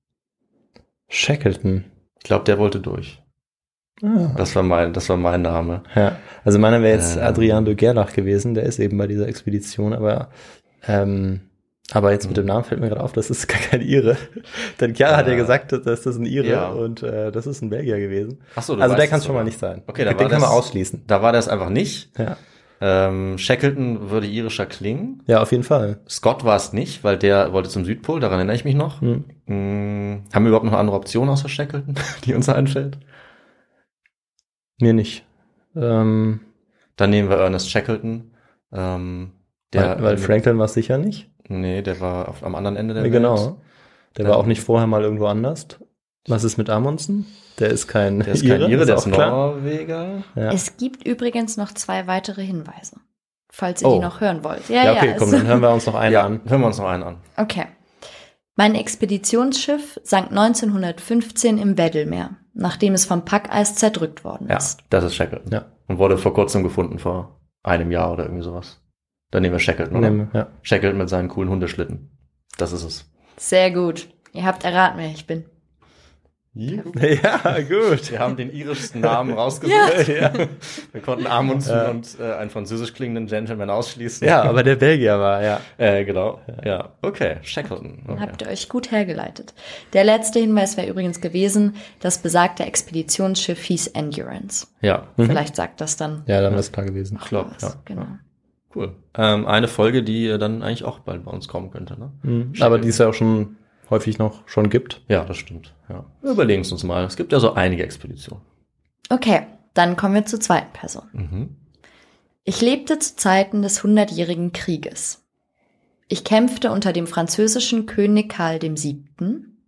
Shackleton? Ich glaube, der wollte durch. Ah. Das war mein, das war mein Name. Ja, also meiner wäre jetzt Ähm. Adrian de Gerlach gewesen, der ist eben bei dieser Expedition, aber ähm, aber jetzt mit dem Namen fällt mir gerade auf, das ist gar kein Ire. Denn Chiara hat ja Äh, gesagt, dass das ein Ire ja. und äh, das ist ein Belgier gewesen. Ach so, du Also der weißt kann es schon mal sogar. nicht sein. Okay, da den war kann man das- ausschließen. Da war das einfach nicht. Ja. Ähm, Shackleton würde irischer klingen. Ja, auf jeden Fall. Scott war es nicht, weil der wollte zum Südpol, daran erinnere ich mich noch. Hm. Hm, haben wir überhaupt noch eine andere Option außer Shackleton, die uns einfällt? Mir nicht. Ähm, Dann nehmen wir Ernest Shackleton. Ähm, der, weil, weil Franklin war es sicher nicht. Nee, der war auf, am anderen Ende der Ja, Welt. genau. Der Dann- war auch nicht vorher mal irgendwo anders. Was ist mit Amundsen? Der ist kein Der ist kein Ire, der ist auch klar. Norweger. Ja. Es gibt übrigens noch zwei weitere Hinweise, falls ihr Oh. die noch hören wollt. Ja, Ja, okay, komm, also- dann hören wir uns noch einen Ja, an. hören wir uns noch einen an. Okay. Mein Expeditionsschiff sank neunzehnhundertfünfzehn im Weddellmeer, nachdem es vom Packeis zerdrückt worden Ja, ist. das ist Shackleton. Ja. Und wurde vor kurzem gefunden, vor einem Jahr oder irgendwie sowas. Dann nehmen wir Shackleton, oder? Nehmen wir, ja. Shackleton mit seinen coolen Hundeschlitten. Das ist es. Sehr gut. Ihr habt erraten, wer ich bin. Ja, gut. Wir haben den irischsten Namen rausgesucht. Ja. Wir konnten Amundsen Ja. und äh, einen französisch klingenden Gentleman ausschließen. Ja, aber der Belgier war, ja. Äh, genau. Ja. Okay, Shackleton. Okay. Habt ihr euch gut hergeleitet. Der letzte Hinweis wäre übrigens gewesen, das besagte Expeditionsschiff hieß Endurance. Ja, Vielleicht sagt das dann. Ja, dann ist klar gewesen. ich glaube, was. ja. Genau. Ja. Cool. Ähm, eine Folge, die äh, dann eigentlich auch bald bei uns kommen könnte, ne? Mhm. Aber die es ja auch schon häufig noch schon gibt. Ja, das stimmt. Ja. Wir überlegen es uns mal. Es gibt ja so einige Expeditionen. Okay, dann kommen wir zur zweiten Person. Mhm. Ich lebte zu Zeiten des Hundertjährigen Krieges. Ich kämpfte unter dem französischen König Karl dem Siebten.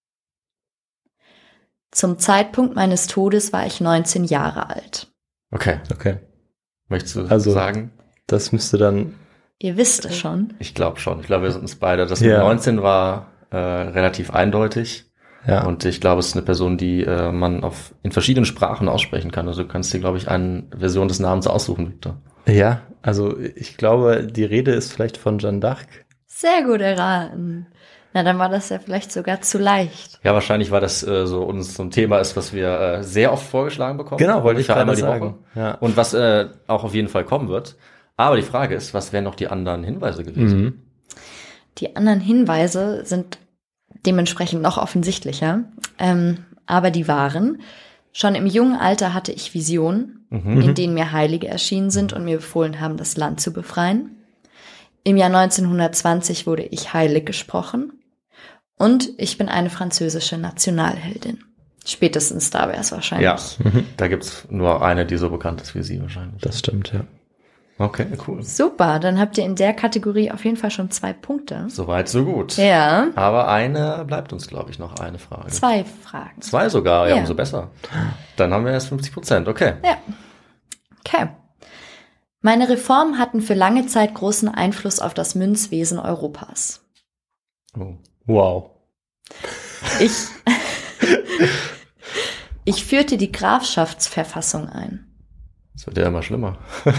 Zum Zeitpunkt meines Todes war ich neunzehn Jahre alt. Okay. Okay. Möchtest du Also- sagen? Das müsste dann, Ihr wisst es schon. Ich glaube schon. Ich glaube, wir sind uns beide. Das Ja. mit neunzehn war äh, relativ eindeutig. ja. Und ich glaube, es ist eine Person, die äh, man auf in verschiedenen Sprachen aussprechen kann. Also du kannst dir, glaube ich, eine Version des Namens aussuchen, Victor. Ja, also ich glaube, die Rede ist vielleicht von Jeanne d'Arc. Sehr gut erraten. Na, dann war das ja vielleicht sogar zu leicht. Ja, wahrscheinlich, weil das äh, so uns so ein Thema ist, was wir äh, sehr oft vorgeschlagen bekommen. Genau, wollte ich für gerade einmal die sagen. Woche. Ja. Und was äh, auch auf jeden Fall kommen wird. Aber die Frage ist, was wären noch die anderen Hinweise gewesen? Mhm. Die anderen Hinweise sind dementsprechend noch offensichtlicher. Ähm, aber die waren, schon im jungen Alter hatte ich Visionen, Mhm. in denen mir Heilige erschienen sind und mir befohlen haben, das Land zu befreien. Im Jahr neunzehnhundertzwanzig wurde ich heilig gesprochen. Und ich bin eine französische Nationalheldin. Spätestens da wäre es wahrscheinlich. Ja, mhm. Da gibt's nur eine, die so bekannt ist wie sie wahrscheinlich. Das stimmt, ja. Okay, cool. Super, dann habt ihr in der Kategorie auf jeden Fall schon zwei Punkte. Soweit, so gut. Ja, Aber eine bleibt uns, glaube ich, noch eine Frage. zwei Fragen. Zwei sogar, ja, Ja. umso besser. Dann haben wir erst fünfzig Prozent, okay. Ja. Okay. Meine Reformen hatten für lange Zeit großen Einfluss auf das Münzwesen Europas. Oh. Wow. Ich, ich führte die Grafschaftsverfassung ein. Das wird ja immer schlimmer.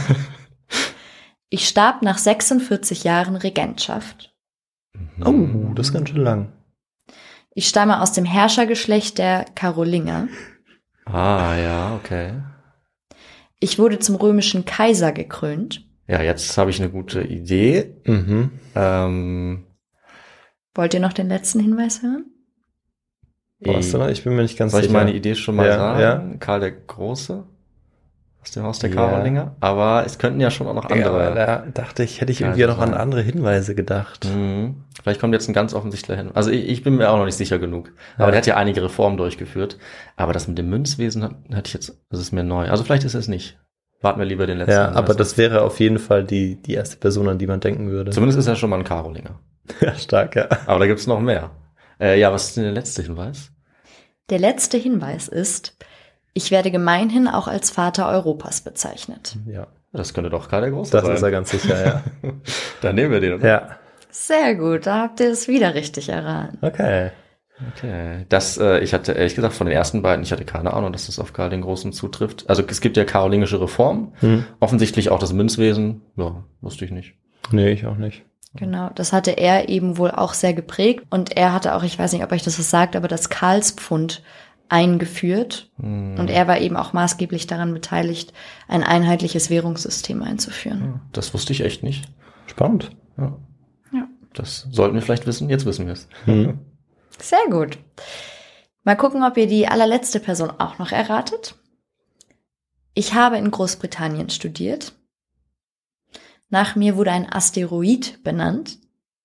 Ich starb nach sechsundvierzig Jahren Regentschaft. Oh, das ist ganz schön lang. Ich stamme aus dem Herrschergeschlecht der Karolinger. Ah, ja, okay. Ich wurde zum römischen Kaiser gekrönt. Ja, jetzt habe ich eine gute Idee. Mhm. Ähm, Wollt ihr noch den letzten Hinweis hören? Boah, ist da- ich bin mir nicht ganz soll ich sicher. meine Idee schon mal Ja, sagen? ja. Karl der Große aus dem Haus der Ja. Karolinger. Aber es könnten ja schon auch noch Ja, aber andere. da dachte ich, hätte ich Ja, irgendwie noch an sein. andere Hinweise gedacht. Mhm. Vielleicht kommt jetzt ein ganz offensichtlicher hin. Also ich, ich bin mir auch noch nicht sicher genug. Aber Ja. der hat ja einige Reformen durchgeführt. Aber das mit dem Münzwesen hat, hatte ich jetzt, das ist mir neu. Also vielleicht ist es nicht. Warten wir lieber den letzten. Ja, Hinweis aber ab. das wäre auf jeden Fall die, die erste Person, an die man denken würde. Zumindest ist er schon mal ein Karolinger. Ja, stark, ja. Aber da gibt's noch mehr. Äh, ja, was ist denn der letzte Hinweis? Der letzte Hinweis ist, ich werde gemeinhin auch als Vater Europas bezeichnet. Ja, Das könnte doch Karl der Große das sein. ist er ganz sicher, ja. Dann nehmen wir den, oder? Ja, Sehr gut, da habt ihr es wieder richtig erraten. okay. Okay. Das, äh, ich hatte ehrlich gesagt von den ersten beiden, ich hatte keine Ahnung, dass das auf Karl den Großen zutrifft. Also es gibt ja karolingische Reformen. Hm. Offensichtlich auch das Münzwesen. Ja, wusste ich nicht. Nee, ich auch nicht. Genau, das hatte er eben wohl auch sehr geprägt. Und er hatte auch, ich weiß nicht, ob euch das was sagt, aber das Karlspfund eingeführt. Hm. Und er war eben auch maßgeblich daran beteiligt, ein einheitliches Währungssystem einzuführen. Das wusste ich echt nicht. Spannend. Ja. Ja. Das sollten wir vielleicht wissen. Jetzt wissen wir es. Hm. Sehr gut. Mal gucken, ob ihr die allerletzte Person auch noch erratet. Ich habe in Großbritannien studiert. Nach mir wurde ein Asteroid benannt.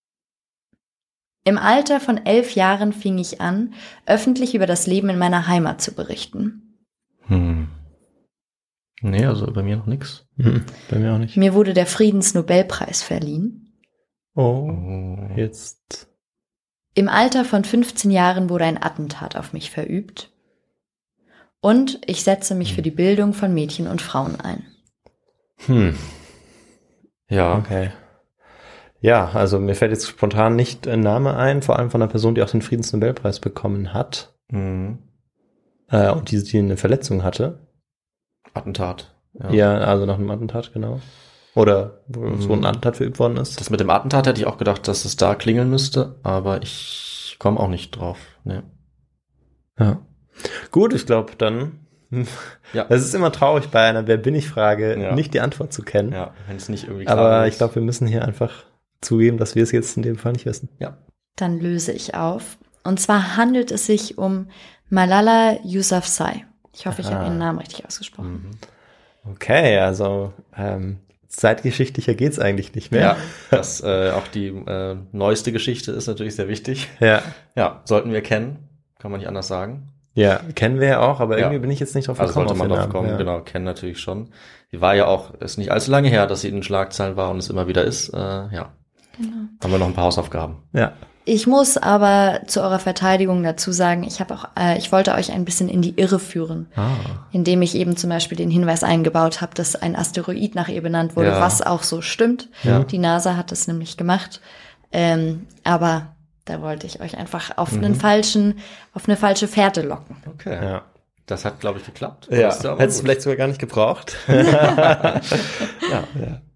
Im Alter von elf Jahren fing ich an, öffentlich über das Leben in meiner Heimat zu berichten. Hm. Nee, also bei mir noch nix. Hm. Bei mir auch nicht. Mir wurde der Friedensnobelpreis verliehen. Oh, Oh. jetzt. Im Alter von fünfzehn Jahren wurde ein Attentat auf mich verübt. Und ich setze mich für die Bildung von Mädchen und Frauen ein. Hm. Ja. Okay. Ja, also mir fällt jetzt spontan nicht ein Name ein, vor allem von einer Person, die auch den Friedensnobelpreis bekommen hat Hm. äh, und die, die eine Verletzung hatte. Attentat. Ja, also nach einem Attentat, genau. Oder wo Mhm. so ein Attentat verübt worden ist. Das mit dem Attentat hätte ich auch gedacht, dass es da klingeln müsste, aber ich komme auch nicht drauf. Nee. Ja. Gut, ich glaube dann. Ja. Es ist immer traurig bei einer Wer bin ich Frage Ja. nicht die Antwort zu kennen. Ja, wenn es nicht irgendwie klar Aber ist. ich glaube, wir müssen hier einfach zugeben, dass wir es jetzt in dem Fall nicht wissen. Ja. Dann löse ich auf. Und zwar handelt es sich um Malala Yousafzai. Ich hoffe, ich Ah. habe ihren Namen richtig ausgesprochen. Mhm. Okay, also ähm, zeitgeschichtlicher geht's eigentlich nicht mehr. Ja, das, äh, auch die äh, neueste Geschichte ist natürlich sehr wichtig. Ja. Ja, sollten wir kennen, kann man nicht anders sagen. Ja, kennen wir ja auch, aber Ja. irgendwie bin ich jetzt nicht drauf Also gekommen. sollte man auf drauf den kommen, Namen. genau, kennen natürlich schon. Die war ja auch, ist nicht allzu lange her, dass sie in den Schlagzeilen war und es immer wieder ist. Äh, ja, Genau. haben wir noch ein paar Hausaufgaben. Ja. Ich muss aber zu eurer Verteidigung dazu sagen, ich habe auch, äh, ich wollte euch ein bisschen in die Irre führen, Ah. indem ich eben zum Beispiel den Hinweis eingebaut habe, dass ein Asteroid nach ihr benannt wurde, Ja. was auch so stimmt. Ja. Die NASA hat das nämlich gemacht. Ähm, aber da wollte ich euch einfach auf einen falschen, auf eine falsche Fährte locken. Okay. Ja. Das hat, glaube ich, geklappt. Ja, Das ist aber hättest du gut. vielleicht sogar gar nicht gebraucht. ja. Ja. Ja.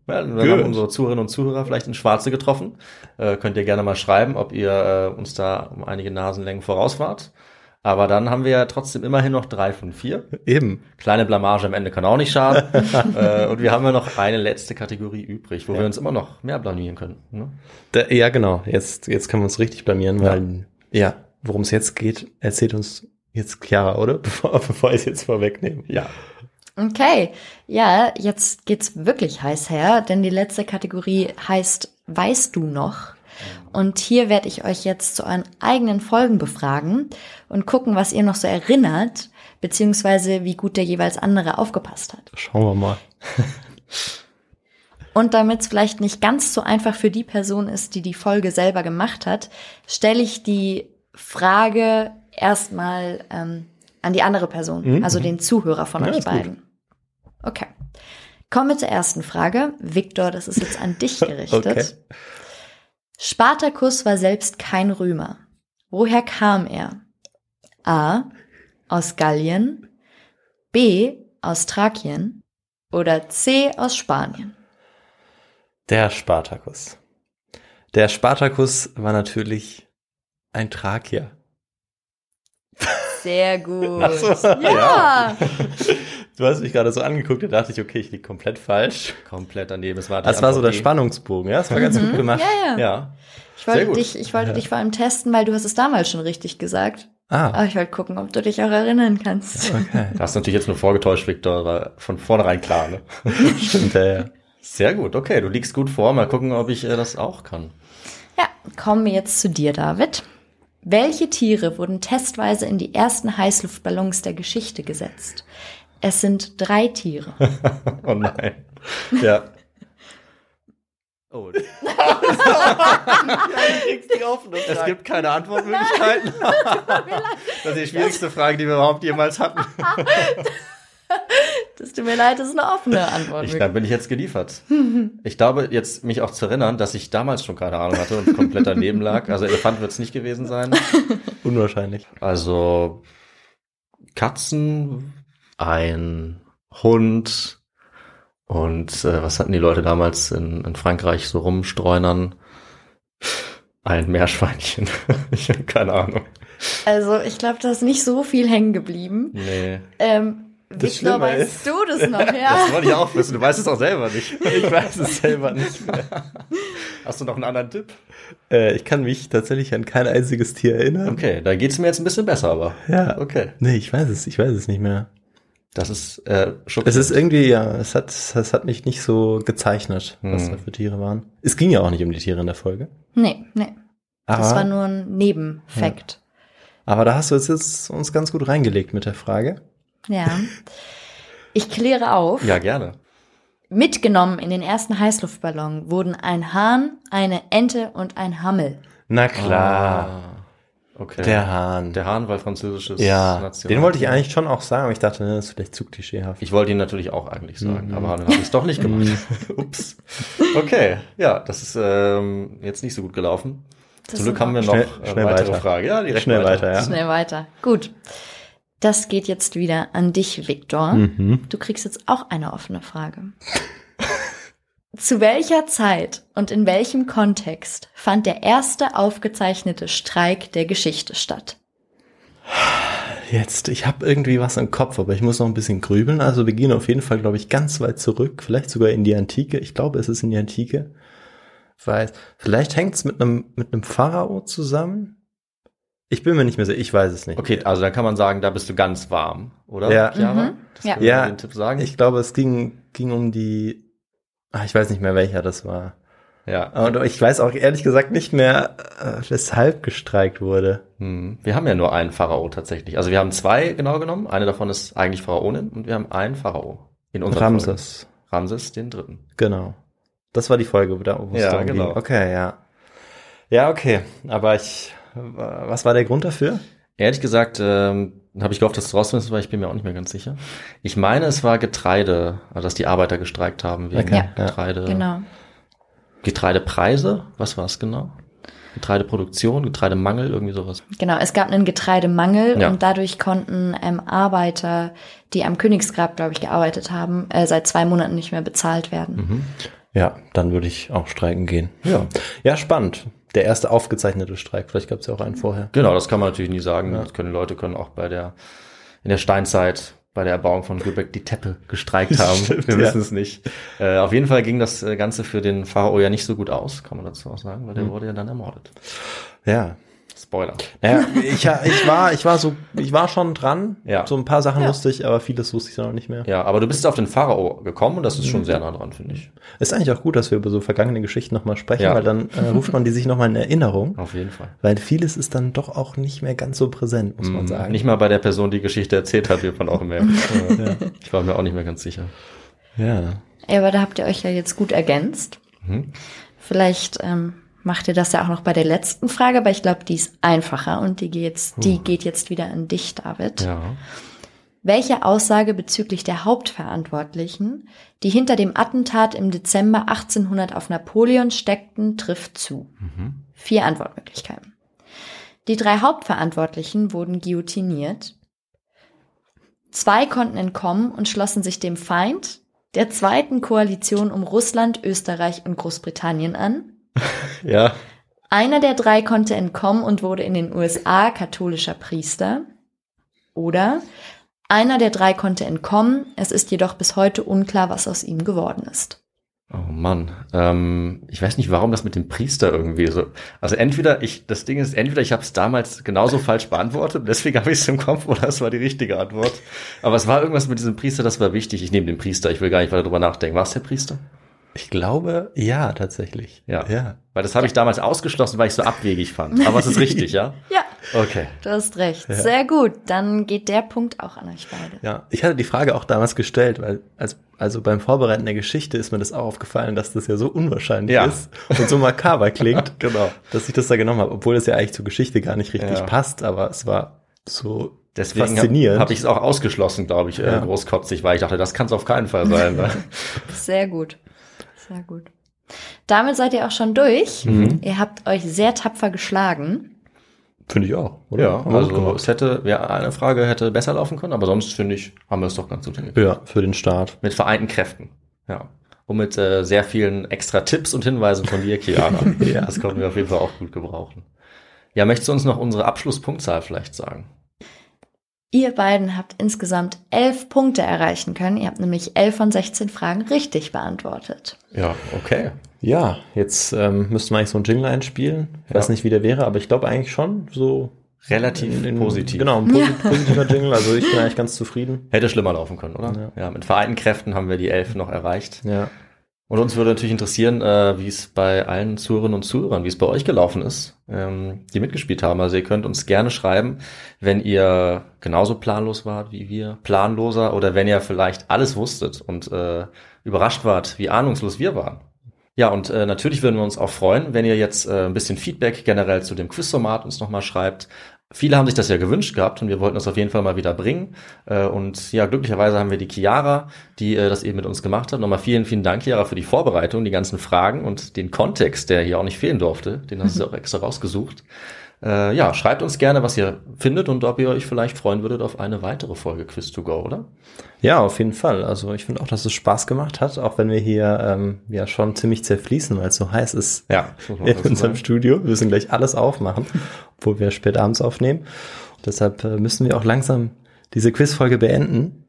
Ja, dann Good. haben unsere Zuhörerinnen und Zuhörer vielleicht ins Schwarze getroffen. Äh, könnt ihr gerne mal schreiben, ob ihr äh, uns da um einige Nasenlängen voraus wart. Aber dann haben wir ja trotzdem immerhin noch drei von vier. Eben. Kleine Blamage am Ende kann auch nicht schaden. äh, und wir haben ja noch eine letzte Kategorie übrig, wo ja. wir uns immer noch mehr blamieren können. Ne? Da, ja, genau. Jetzt, jetzt können wir uns richtig blamieren, weil, ja, ja worum es jetzt geht, erzählt uns jetzt Chiara, oder? Bevor, bevor ich es jetzt vorwegnehme. Ja. Okay, ja, jetzt geht's wirklich heiß her, denn die letzte Kategorie heißt Weißt du noch? Und hier werde ich euch jetzt zu euren eigenen Folgen befragen und gucken, was ihr noch so erinnert, beziehungsweise wie gut der jeweils andere aufgepasst hat. Schauen wir mal. Und damit es vielleicht nicht ganz so einfach für die Person ist, die die Folge selber gemacht hat, stelle ich die Frage erstmal ähm, an die andere Person, mhm. also den Zuhörer von ja, euch beiden. Gut. Okay. Kommen wir zur ersten Frage. Viktor, das ist jetzt an dich gerichtet. Okay. Spartacus war selbst kein Römer. Woher kam er? A. Aus Gallien, B. aus Thrakien oder C. aus Spanien? Der Spartacus. Der Spartacus war natürlich ein Thrakier. Sehr gut. Ach so, ja. ja. Du hast mich gerade so angeguckt, da dachte ich, okay, ich liege komplett falsch. Komplett daneben. Das war, das war so der Spannungsbogen, ja? Das war ganz mhm. gut gemacht. Ja, ja. ja. Ich wollte, dich, ich wollte ja. dich vor allem testen, weil du hast es damals schon richtig gesagt. Ah. Aber ich wollte gucken, ob du dich auch erinnern kannst. Okay. Du hast natürlich jetzt nur vorgetäuscht, Viktor, war von vornherein klar, ne? Stimmt, ja, ja. Sehr gut, okay, du liegst gut vor. Mal gucken, ob ich äh, das auch kann. Ja, kommen wir jetzt zu dir, David. Welche Tiere wurden testweise in die ersten Heißluftballons der Geschichte gesetzt? Es sind drei Tiere. Oh nein. Ja. Oh. Ja, du kriegst die offene Frage. Es gibt keine Antwortmöglichkeiten. Das ist die schwierigste Frage, die wir überhaupt jemals hatten. Das tut mir leid, das ist eine offene Antwort. Ich, dann bin ich jetzt geliefert. Ich glaube, jetzt mich auch zu erinnern, dass ich damals schon keine Ahnung hatte und komplett daneben lag. Also Elefant wird es nicht gewesen sein. Unwahrscheinlich. Also Katzen, ein Hund und äh, was hatten die Leute damals in, in Frankreich so rumstreunern? Ein Meerschweinchen. Ich habe keine Ahnung. Also ich glaube, da ist nicht so viel hängen geblieben. Nee. Ähm, Viktor, weißt ist, du das noch, ja? Das wollte ich auch wissen. Du weißt es auch selber nicht. Ich weiß es selber nicht mehr. Hast du noch einen anderen Tipp? Äh, ich kann mich tatsächlich an kein einziges Tier erinnern. Okay, da geht's mir jetzt ein bisschen besser, aber. Ja. Okay. Nee, ich weiß es. Ich weiß es nicht mehr. Das ist äh, schockierend. Es ist irgendwie, ja, es hat, es hat mich nicht so gezeichnet, hm. was da für Tiere waren. Es ging ja auch nicht um die Tiere in der Folge. Nee, nee. Aber, das war nur ein Nebenfakt. Ja. Aber da hast du jetzt, jetzt uns ganz gut reingelegt mit der Frage. Ja. Ich kläre auf. Ja, gerne. Mitgenommen in den ersten Heißluftballon wurden ein Hahn, eine Ente und ein Hammel. Na klar. Ah, okay. Der Hahn. Der Hahn, weil französisches ja, National. Den wollte ich eigentlich schon auch sagen, aber ich dachte, das ist vielleicht zu klischeehaft. Ich wollte ihn natürlich auch eigentlich sagen, mhm. aber dann habe ich es doch nicht gemacht. Ups. Okay, ja, das ist ähm, jetzt nicht so gut gelaufen. Das Zum Glück haben wir noch schnell, äh, schnell weitere weiter. Frage. Ja, direkt schnell weiter. weiter ja. Schnell weiter. Gut. Das geht jetzt wieder an dich, Viktor. Mhm. Du kriegst jetzt auch eine offene Frage. Zu welcher Zeit und in welchem Kontext fand der erste aufgezeichnete Streik der Geschichte statt? Jetzt, ich habe irgendwie was im Kopf, aber ich muss noch ein bisschen grübeln. Also wir gehen auf jeden Fall, glaube ich, ganz weit zurück, vielleicht sogar in die Antike. Ich glaube, es ist in die Antike. Weil vielleicht hängt es mit einem mit einem Pharao zusammen. Ich bin mir nicht mehr sicher, ich weiß es nicht. Okay, also da kann man sagen, da bist du ganz warm, oder? Ja. Chiara? Mhm. Das ja. ja den Tipp sagen. Ich glaube, es ging ging um die, ach, ich weiß nicht mehr, welcher das war. Ja. Und ich weiß auch ehrlich gesagt nicht mehr, äh, weshalb gestreikt wurde. Hm. Wir haben ja nur einen Pharao tatsächlich. Also wir haben zwei genau genommen. Eine davon ist eigentlich Pharaonin und wir haben einen Pharao in unserer Ramses. Folge. Ramses, den dritten. Genau. Das war die Folge, wo es ja, darum genau. ging. Okay, ja. Ja, okay. Aber ich, was war der Grund dafür? Ehrlich gesagt, ähm, habe ich gehofft, dass du rausfindest, weil ich bin mir auch nicht mehr ganz sicher. Ich meine, es war Getreide, also dass die Arbeiter gestreikt haben wegen okay. ja, Getreide. Genau. Getreidepreise? Was war es genau? Getreideproduktion, Getreidemangel, irgendwie sowas. Genau, es gab einen Getreidemangel ja. und dadurch konnten ähm, Arbeiter, die am Königsgrab, glaube ich, gearbeitet haben, äh, seit zwei Monaten nicht mehr bezahlt werden. Mhm. Ja, dann würde ich auch streiken gehen. Ja, ja, spannend. Der erste aufgezeichnete Streik. Vielleicht gab es ja auch einen vorher. Genau, das kann man natürlich nie sagen. Ja. Das können Leute können auch bei der in der Steinzeit bei der Erbauung von Lübeck die Teppe gestreikt haben. Stimmt, Wir ja. wissen es nicht. Äh, auf jeden Fall ging das Ganze für den Pharao ja nicht so gut aus, kann man dazu auch sagen, weil der mhm. wurde ja dann ermordet. Ja. Spoiler. Naja, ich, ich war, ich war so, ich war schon dran. Ja. So ein paar Sachen ja. wusste ich, aber vieles wusste ich noch nicht mehr. Ja, aber du bist auf den Pharao gekommen und das ist schon sehr nah dran, finde ich. Ist eigentlich auch gut, dass wir über so vergangene Geschichten nochmal sprechen, Ja. weil dann äh, ruft man die sich nochmal in Erinnerung. Auf jeden Fall. Weil vieles ist dann doch auch nicht mehr ganz so präsent, muss man sagen. Nicht mal bei der Person, die Geschichte erzählt hat, wird man auch mehr. ja. Ich war mir auch nicht mehr ganz sicher. Ja. Ja, aber da habt ihr euch ja jetzt gut ergänzt. Mhm. Vielleicht ähm, macht ihr das ja auch noch bei der letzten Frage, aber ich glaube, die ist einfacher und die geht jetzt, die geht jetzt wieder an dich, David. Ja. Welche Aussage bezüglich der Hauptverantwortlichen, die hinter dem Attentat im Dezember achtzehnhundert auf Napoleon steckten, trifft zu? Mhm. Vier Antwortmöglichkeiten. Die drei Hauptverantwortlichen wurden guillotiniert. Zwei konnten entkommen und schlossen sich dem Feind, der zweiten Koalition um Russland, Österreich und Großbritannien an. Ja. Einer der drei konnte entkommen und wurde in den U S A katholischer Priester. Oder einer der drei konnte entkommen, es ist jedoch bis heute unklar, was aus ihm geworden ist. Oh Mann, ähm, ich weiß nicht, warum das mit dem Priester irgendwie so, also entweder ich, das Ding ist, entweder ich habe es damals genauso falsch beantwortet, deswegen habe ich es im Kopf, oder es war die richtige Antwort. Aber es war irgendwas mit diesem Priester, das war wichtig. Ich nehme den Priester, ich will gar nicht weiter drüber nachdenken. War es der Priester? Ich glaube, ja, tatsächlich. Ja, ja. Weil das habe ich damals ausgeschlossen, weil ich so abwegig fand. Aber es ist richtig, ja? Ja, Okay. du hast recht. Ja. Sehr gut, dann geht der Punkt auch an euch beide. Ja, ich hatte die Frage auch damals gestellt, weil als, also beim Vorbereiten der Geschichte ist mir das auch aufgefallen, dass das ja so unwahrscheinlich Ja. ist und so makaber klingt, Genau. dass ich das da genommen habe, obwohl es ja eigentlich zur Geschichte gar nicht richtig Ja. passt, aber es war so Deswegen faszinierend. habe hab ich es auch ausgeschlossen, glaube ich, äh, Ja. großkotzig, weil ich dachte, das kann es auf keinen Fall sein. Ne? Sehr gut, sehr gut. Damit seid ihr auch schon durch. Mhm. Ihr habt euch sehr tapfer geschlagen. Finde ich auch, oder? Ja, Haben wir gut also gemacht. es hätte, ja, eine Frage hätte besser laufen können, aber sonst finde ich, haben wir es doch ganz gut hingekriegt. Ja, für den Start. Mit vereinten Kräften, ja. Und mit äh, sehr vielen extra Tipps und Hinweisen von dir, Chiara. Ja. Das konnten wir auf jeden Fall auch gut gebrauchen. Ja, möchtest du uns noch unsere Abschlusspunktzahl vielleicht sagen? Ihr beiden habt insgesamt elf Punkte erreichen können. Ihr habt nämlich elf von sechzehn Fragen richtig beantwortet. Ja, okay. Ja, jetzt ähm, müssten wir eigentlich so einen Jingle einspielen. Ich Ja. weiß nicht, wie der wäre, aber ich glaube eigentlich schon so Relativ in- in- positiv. Genau, ein posit- positiver Jingle. Also ich bin eigentlich ganz zufrieden. Hätte schlimmer laufen können, oder? Ja. Ja, mit vereinten Kräften haben wir die elf noch erreicht. Ja. Und uns würde natürlich interessieren, äh, wie es bei allen Zuhörerinnen und Zuhörern, wie es bei euch gelaufen ist, ähm, die mitgespielt haben. Also ihr könnt uns gerne schreiben, wenn ihr genauso planlos wart wie wir, planloser, oder wenn ihr vielleicht alles wusstet und äh, überrascht wart, wie ahnungslos wir waren. Ja, und äh, natürlich würden wir uns auch freuen, wenn ihr jetzt äh, ein bisschen Feedback generell zu dem Quizformat uns nochmal schreibt. Viele haben sich das ja gewünscht gehabt und wir wollten das auf jeden Fall mal wieder bringen. Äh, und ja, glücklicherweise haben wir die Chiara, die äh, das eben mit uns gemacht hat. Nochmal vielen, vielen Dank, Chiara, für die Vorbereitung, die ganzen Fragen und den Kontext, der hier auch nicht fehlen durfte. Den hast du auch extra rausgesucht. Äh, ja, schreibt uns gerne, was ihr findet und ob ihr euch vielleicht freuen würdet auf eine weitere Folge Quiz to Go, oder? Ja, auf jeden Fall. Also ich finde auch, dass es Spaß gemacht hat, auch wenn wir hier ähm, ja schon ziemlich zerfließen, weil es so heiß ist Ja, das muss man in dazu unserem sagen. Studio. Wir müssen gleich alles aufmachen, obwohl wir spät abends aufnehmen. Und deshalb äh, müssen wir auch langsam diese Quizfolge beenden.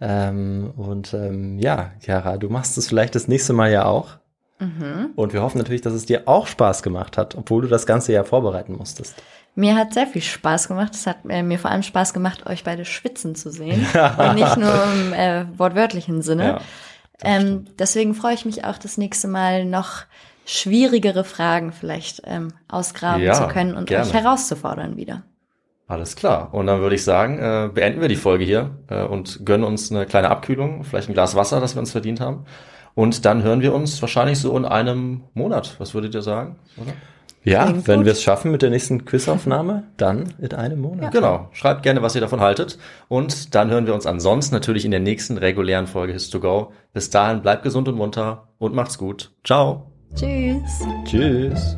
Ähm, und ähm, ja, Chiara, du machst es vielleicht das nächste Mal ja auch. Mhm. Und wir hoffen natürlich, dass es dir auch Spaß gemacht hat, obwohl du das ganze ja vorbereiten musstest. Mir hat sehr viel Spaß gemacht. Es hat äh, mir vor allem Spaß gemacht, euch beide schwitzen zu sehen. Und nicht nur im äh, wortwörtlichen Sinne. Ja, ähm, deswegen freue ich mich auch, das nächste Mal noch schwierigere Fragen vielleicht ähm, ausgraben Ja, zu können und gerne. euch herauszufordern wieder. Alles klar. Und dann würde ich sagen, äh, beenden wir die Folge hier äh, und gönnen uns eine kleine Abkühlung, vielleicht ein Glas Wasser, das wir uns verdient haben. Und dann hören wir uns wahrscheinlich so in einem Monat. Was würdet ihr sagen? Oder? Ja, Klingt wenn gut. wir es schaffen mit der nächsten Quizaufnahme, dann in einem Monat. Genau. Schreibt gerne, was ihr davon haltet. Und dann hören wir uns ansonsten natürlich in der nächsten regulären Folge His to Go. Bis dahin bleibt gesund und munter und macht's gut. Ciao. Tschüss. Tschüss.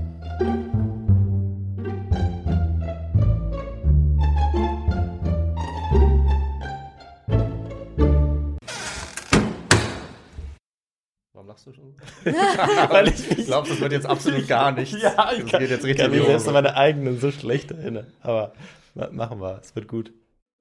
Warum lachst lachst du schon? Weil ich, ich glaube, das wird jetzt absolut gar nichts. Ja, ich das kann, geht jetzt richtig kann mich selbst los. an meine eigenen so schlecht erinnern. Aber machen wir, es wird gut.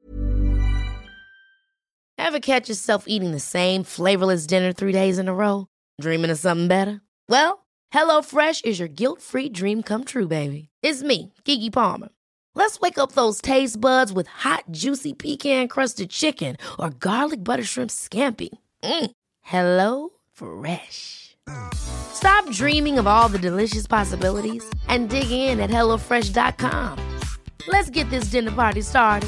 Ever catch yourself eating the same flavorless dinner three days in a row? Dreaming of something better? Well, HelloFresh is your guilt-free dream come true, baby. It's me, Keke Palmer. Let's wake up those taste buds with hot, juicy pecan-crusted chicken or garlic butter shrimp scampi. Mm. Hello Fresh. Stop dreaming of all the delicious possibilities and dig in at hello fresh dot com. Let's get this dinner party started.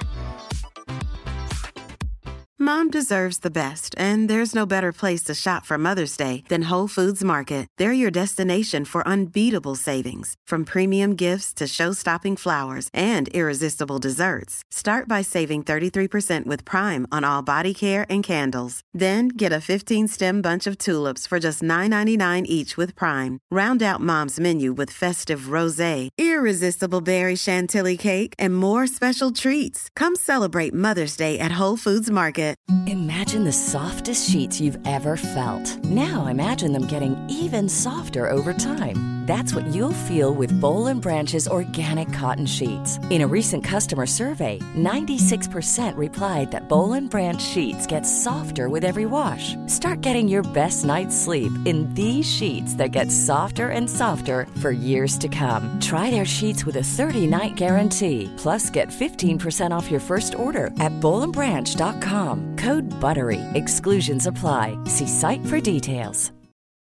Mom deserves the best, and there's no better place to shop for Mother's Day than Whole Foods Market. They're your destination for unbeatable savings, from premium gifts to show-stopping flowers and irresistible desserts. Start by saving thirty-three percent with Prime on all body care and candles. Then get a fifteen-stem bunch of tulips for just nine ninety-nine each with Prime. Round out Mom's menu with festive rosé, irresistible berry chantilly cake, and more special treats. Come celebrate Mother's Day at Whole Foods Market. Imagine the softest sheets you've ever felt. Now imagine them getting even softer over time. That's what you'll feel with Boll and Branch's organic cotton sheets. In a recent customer survey, ninety-six percent replied that Boll and Branch sheets get softer with every wash. Start getting your best night's sleep in these sheets that get softer and softer for years to come. Try their sheets with a thirty-night guarantee. Plus, get fifteen percent off your first order at boll and branch dot com. Code BUTTERY. Exclusions apply. See site for details.